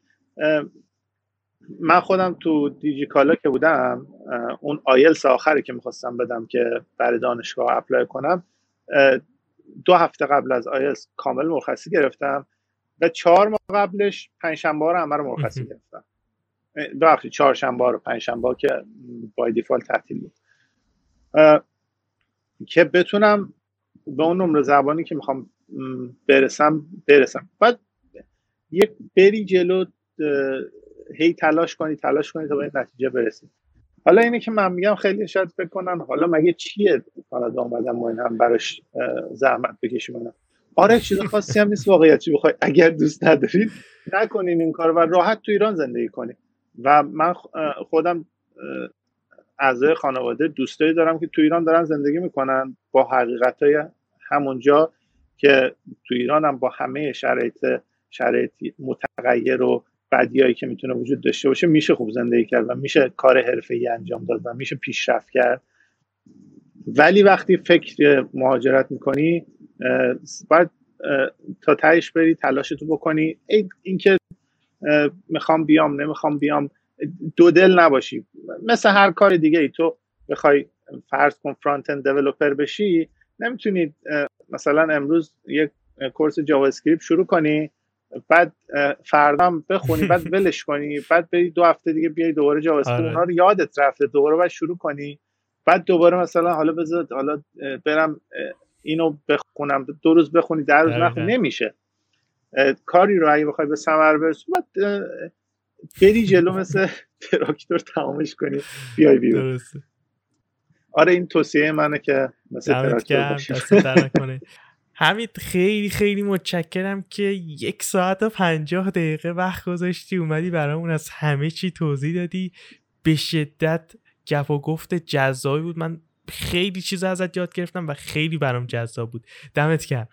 من خودم تو دیجیکالا که بودم، اون آیلتس آخری که میخواستم بدم که برای دانشگاه اپلای کنم، 2 هفته قبل از آیلتس کامل مرخصی گرفتم و 4 ماه قبلش پنجشنبه رو همه رو مرخصی گرفتم. ببخشید چهارشنبه رو، پنجشنبه که بای دیفالت تعطیل بود، که بتونم به اون نمره زبانی که میخوام برسم. بعد یک بری جلو، هی تلاش کنی تا به این نتیجه برسی. حالا اینه که من میگم خیلی شاید فکر کنن حالا مگه چیه کانادا اومدم ما این هم براش زحمت بکشیم. آره چیز خاصی هم نیست واقعیتی بخوای. اگر دوست ندارید نکنین این کار و راحت تو ایران زندگی کنید. و من خودم اعضای خانواده دوستایی دارم که تو ایران دارن زندگی میکنن با حقیقتای همونجا، که تو ایران هم با همه شرایط متغیر و بدیایی که میتونه وجود داشته باشه میشه خوب زندگی کرد و میشه کار حرفه‌ای انجام داد و میشه پیشرفت کرد. ولی وقتی فکر مهاجرت میکنی، باید تا تهش بری، تلاشتو بکنی. اینکه میخوام بیام نمیخوام بیام، دو دل نباشی. مثل هر کار دیگه ای، تو بخوای فرض کن فرانت اند دیولپر بشی، نمیتونی مثلا امروز یک کورس جاوا اسکریپت شروع کنی، بعد فردا هم بخونی، بعد ولش کنی، بعد بری 2 هفته دیگه بیای دوباره جاوا اسکریپت، اونا رو یادت رفته، دوباره باید شروع کنی، بعد دوباره مثلا حالا برم اینو بخونم، 2 روز بخونی 10 روز نخونی، نمیشه. کاری رو اگه بخوای به ثمر برسی، بعد بری جلو مثل تراکتور تمامش کنی بیای بیرون. درسته. آره این توصیه منه که مثل تراکتور باشی. دست در نکنه. حمید خیلی خیلی متشکرم که 1 ساعت و 50 دقیقه وقت گذاشتی اومدی برامون از همه چی توضیح دادی. به شدت گپ و گفت جذابی بود. من خیلی چیز ازت یاد گرفتم و خیلی برام جذاب بود. دمت گرم.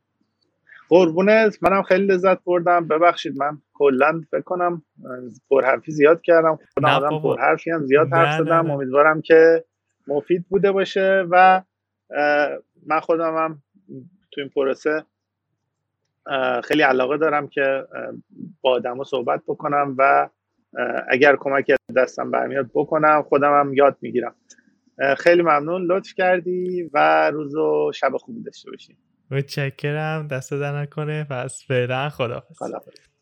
قربونت، منم خیلی لذت بردم. ببخشید من کلا فکر کنم پرحرفی زیاد کردم. خودم آدم پرحرفی هم زیاد حرف زدم. امیدوارم که مفید بوده باشه و من خودم هم تو این پروسه خیلی علاقه دارم که با آدم‌ها صحبت بکنم و اگر کمکی دستم برمیاد بکنم، خودم هم یاد میگیرم. خیلی ممنون، لطف کردی و روز و شب خوبی داشته باشی. متشکرم، دست در نکنه. پس فعلا خداحافظ. خداحافظ.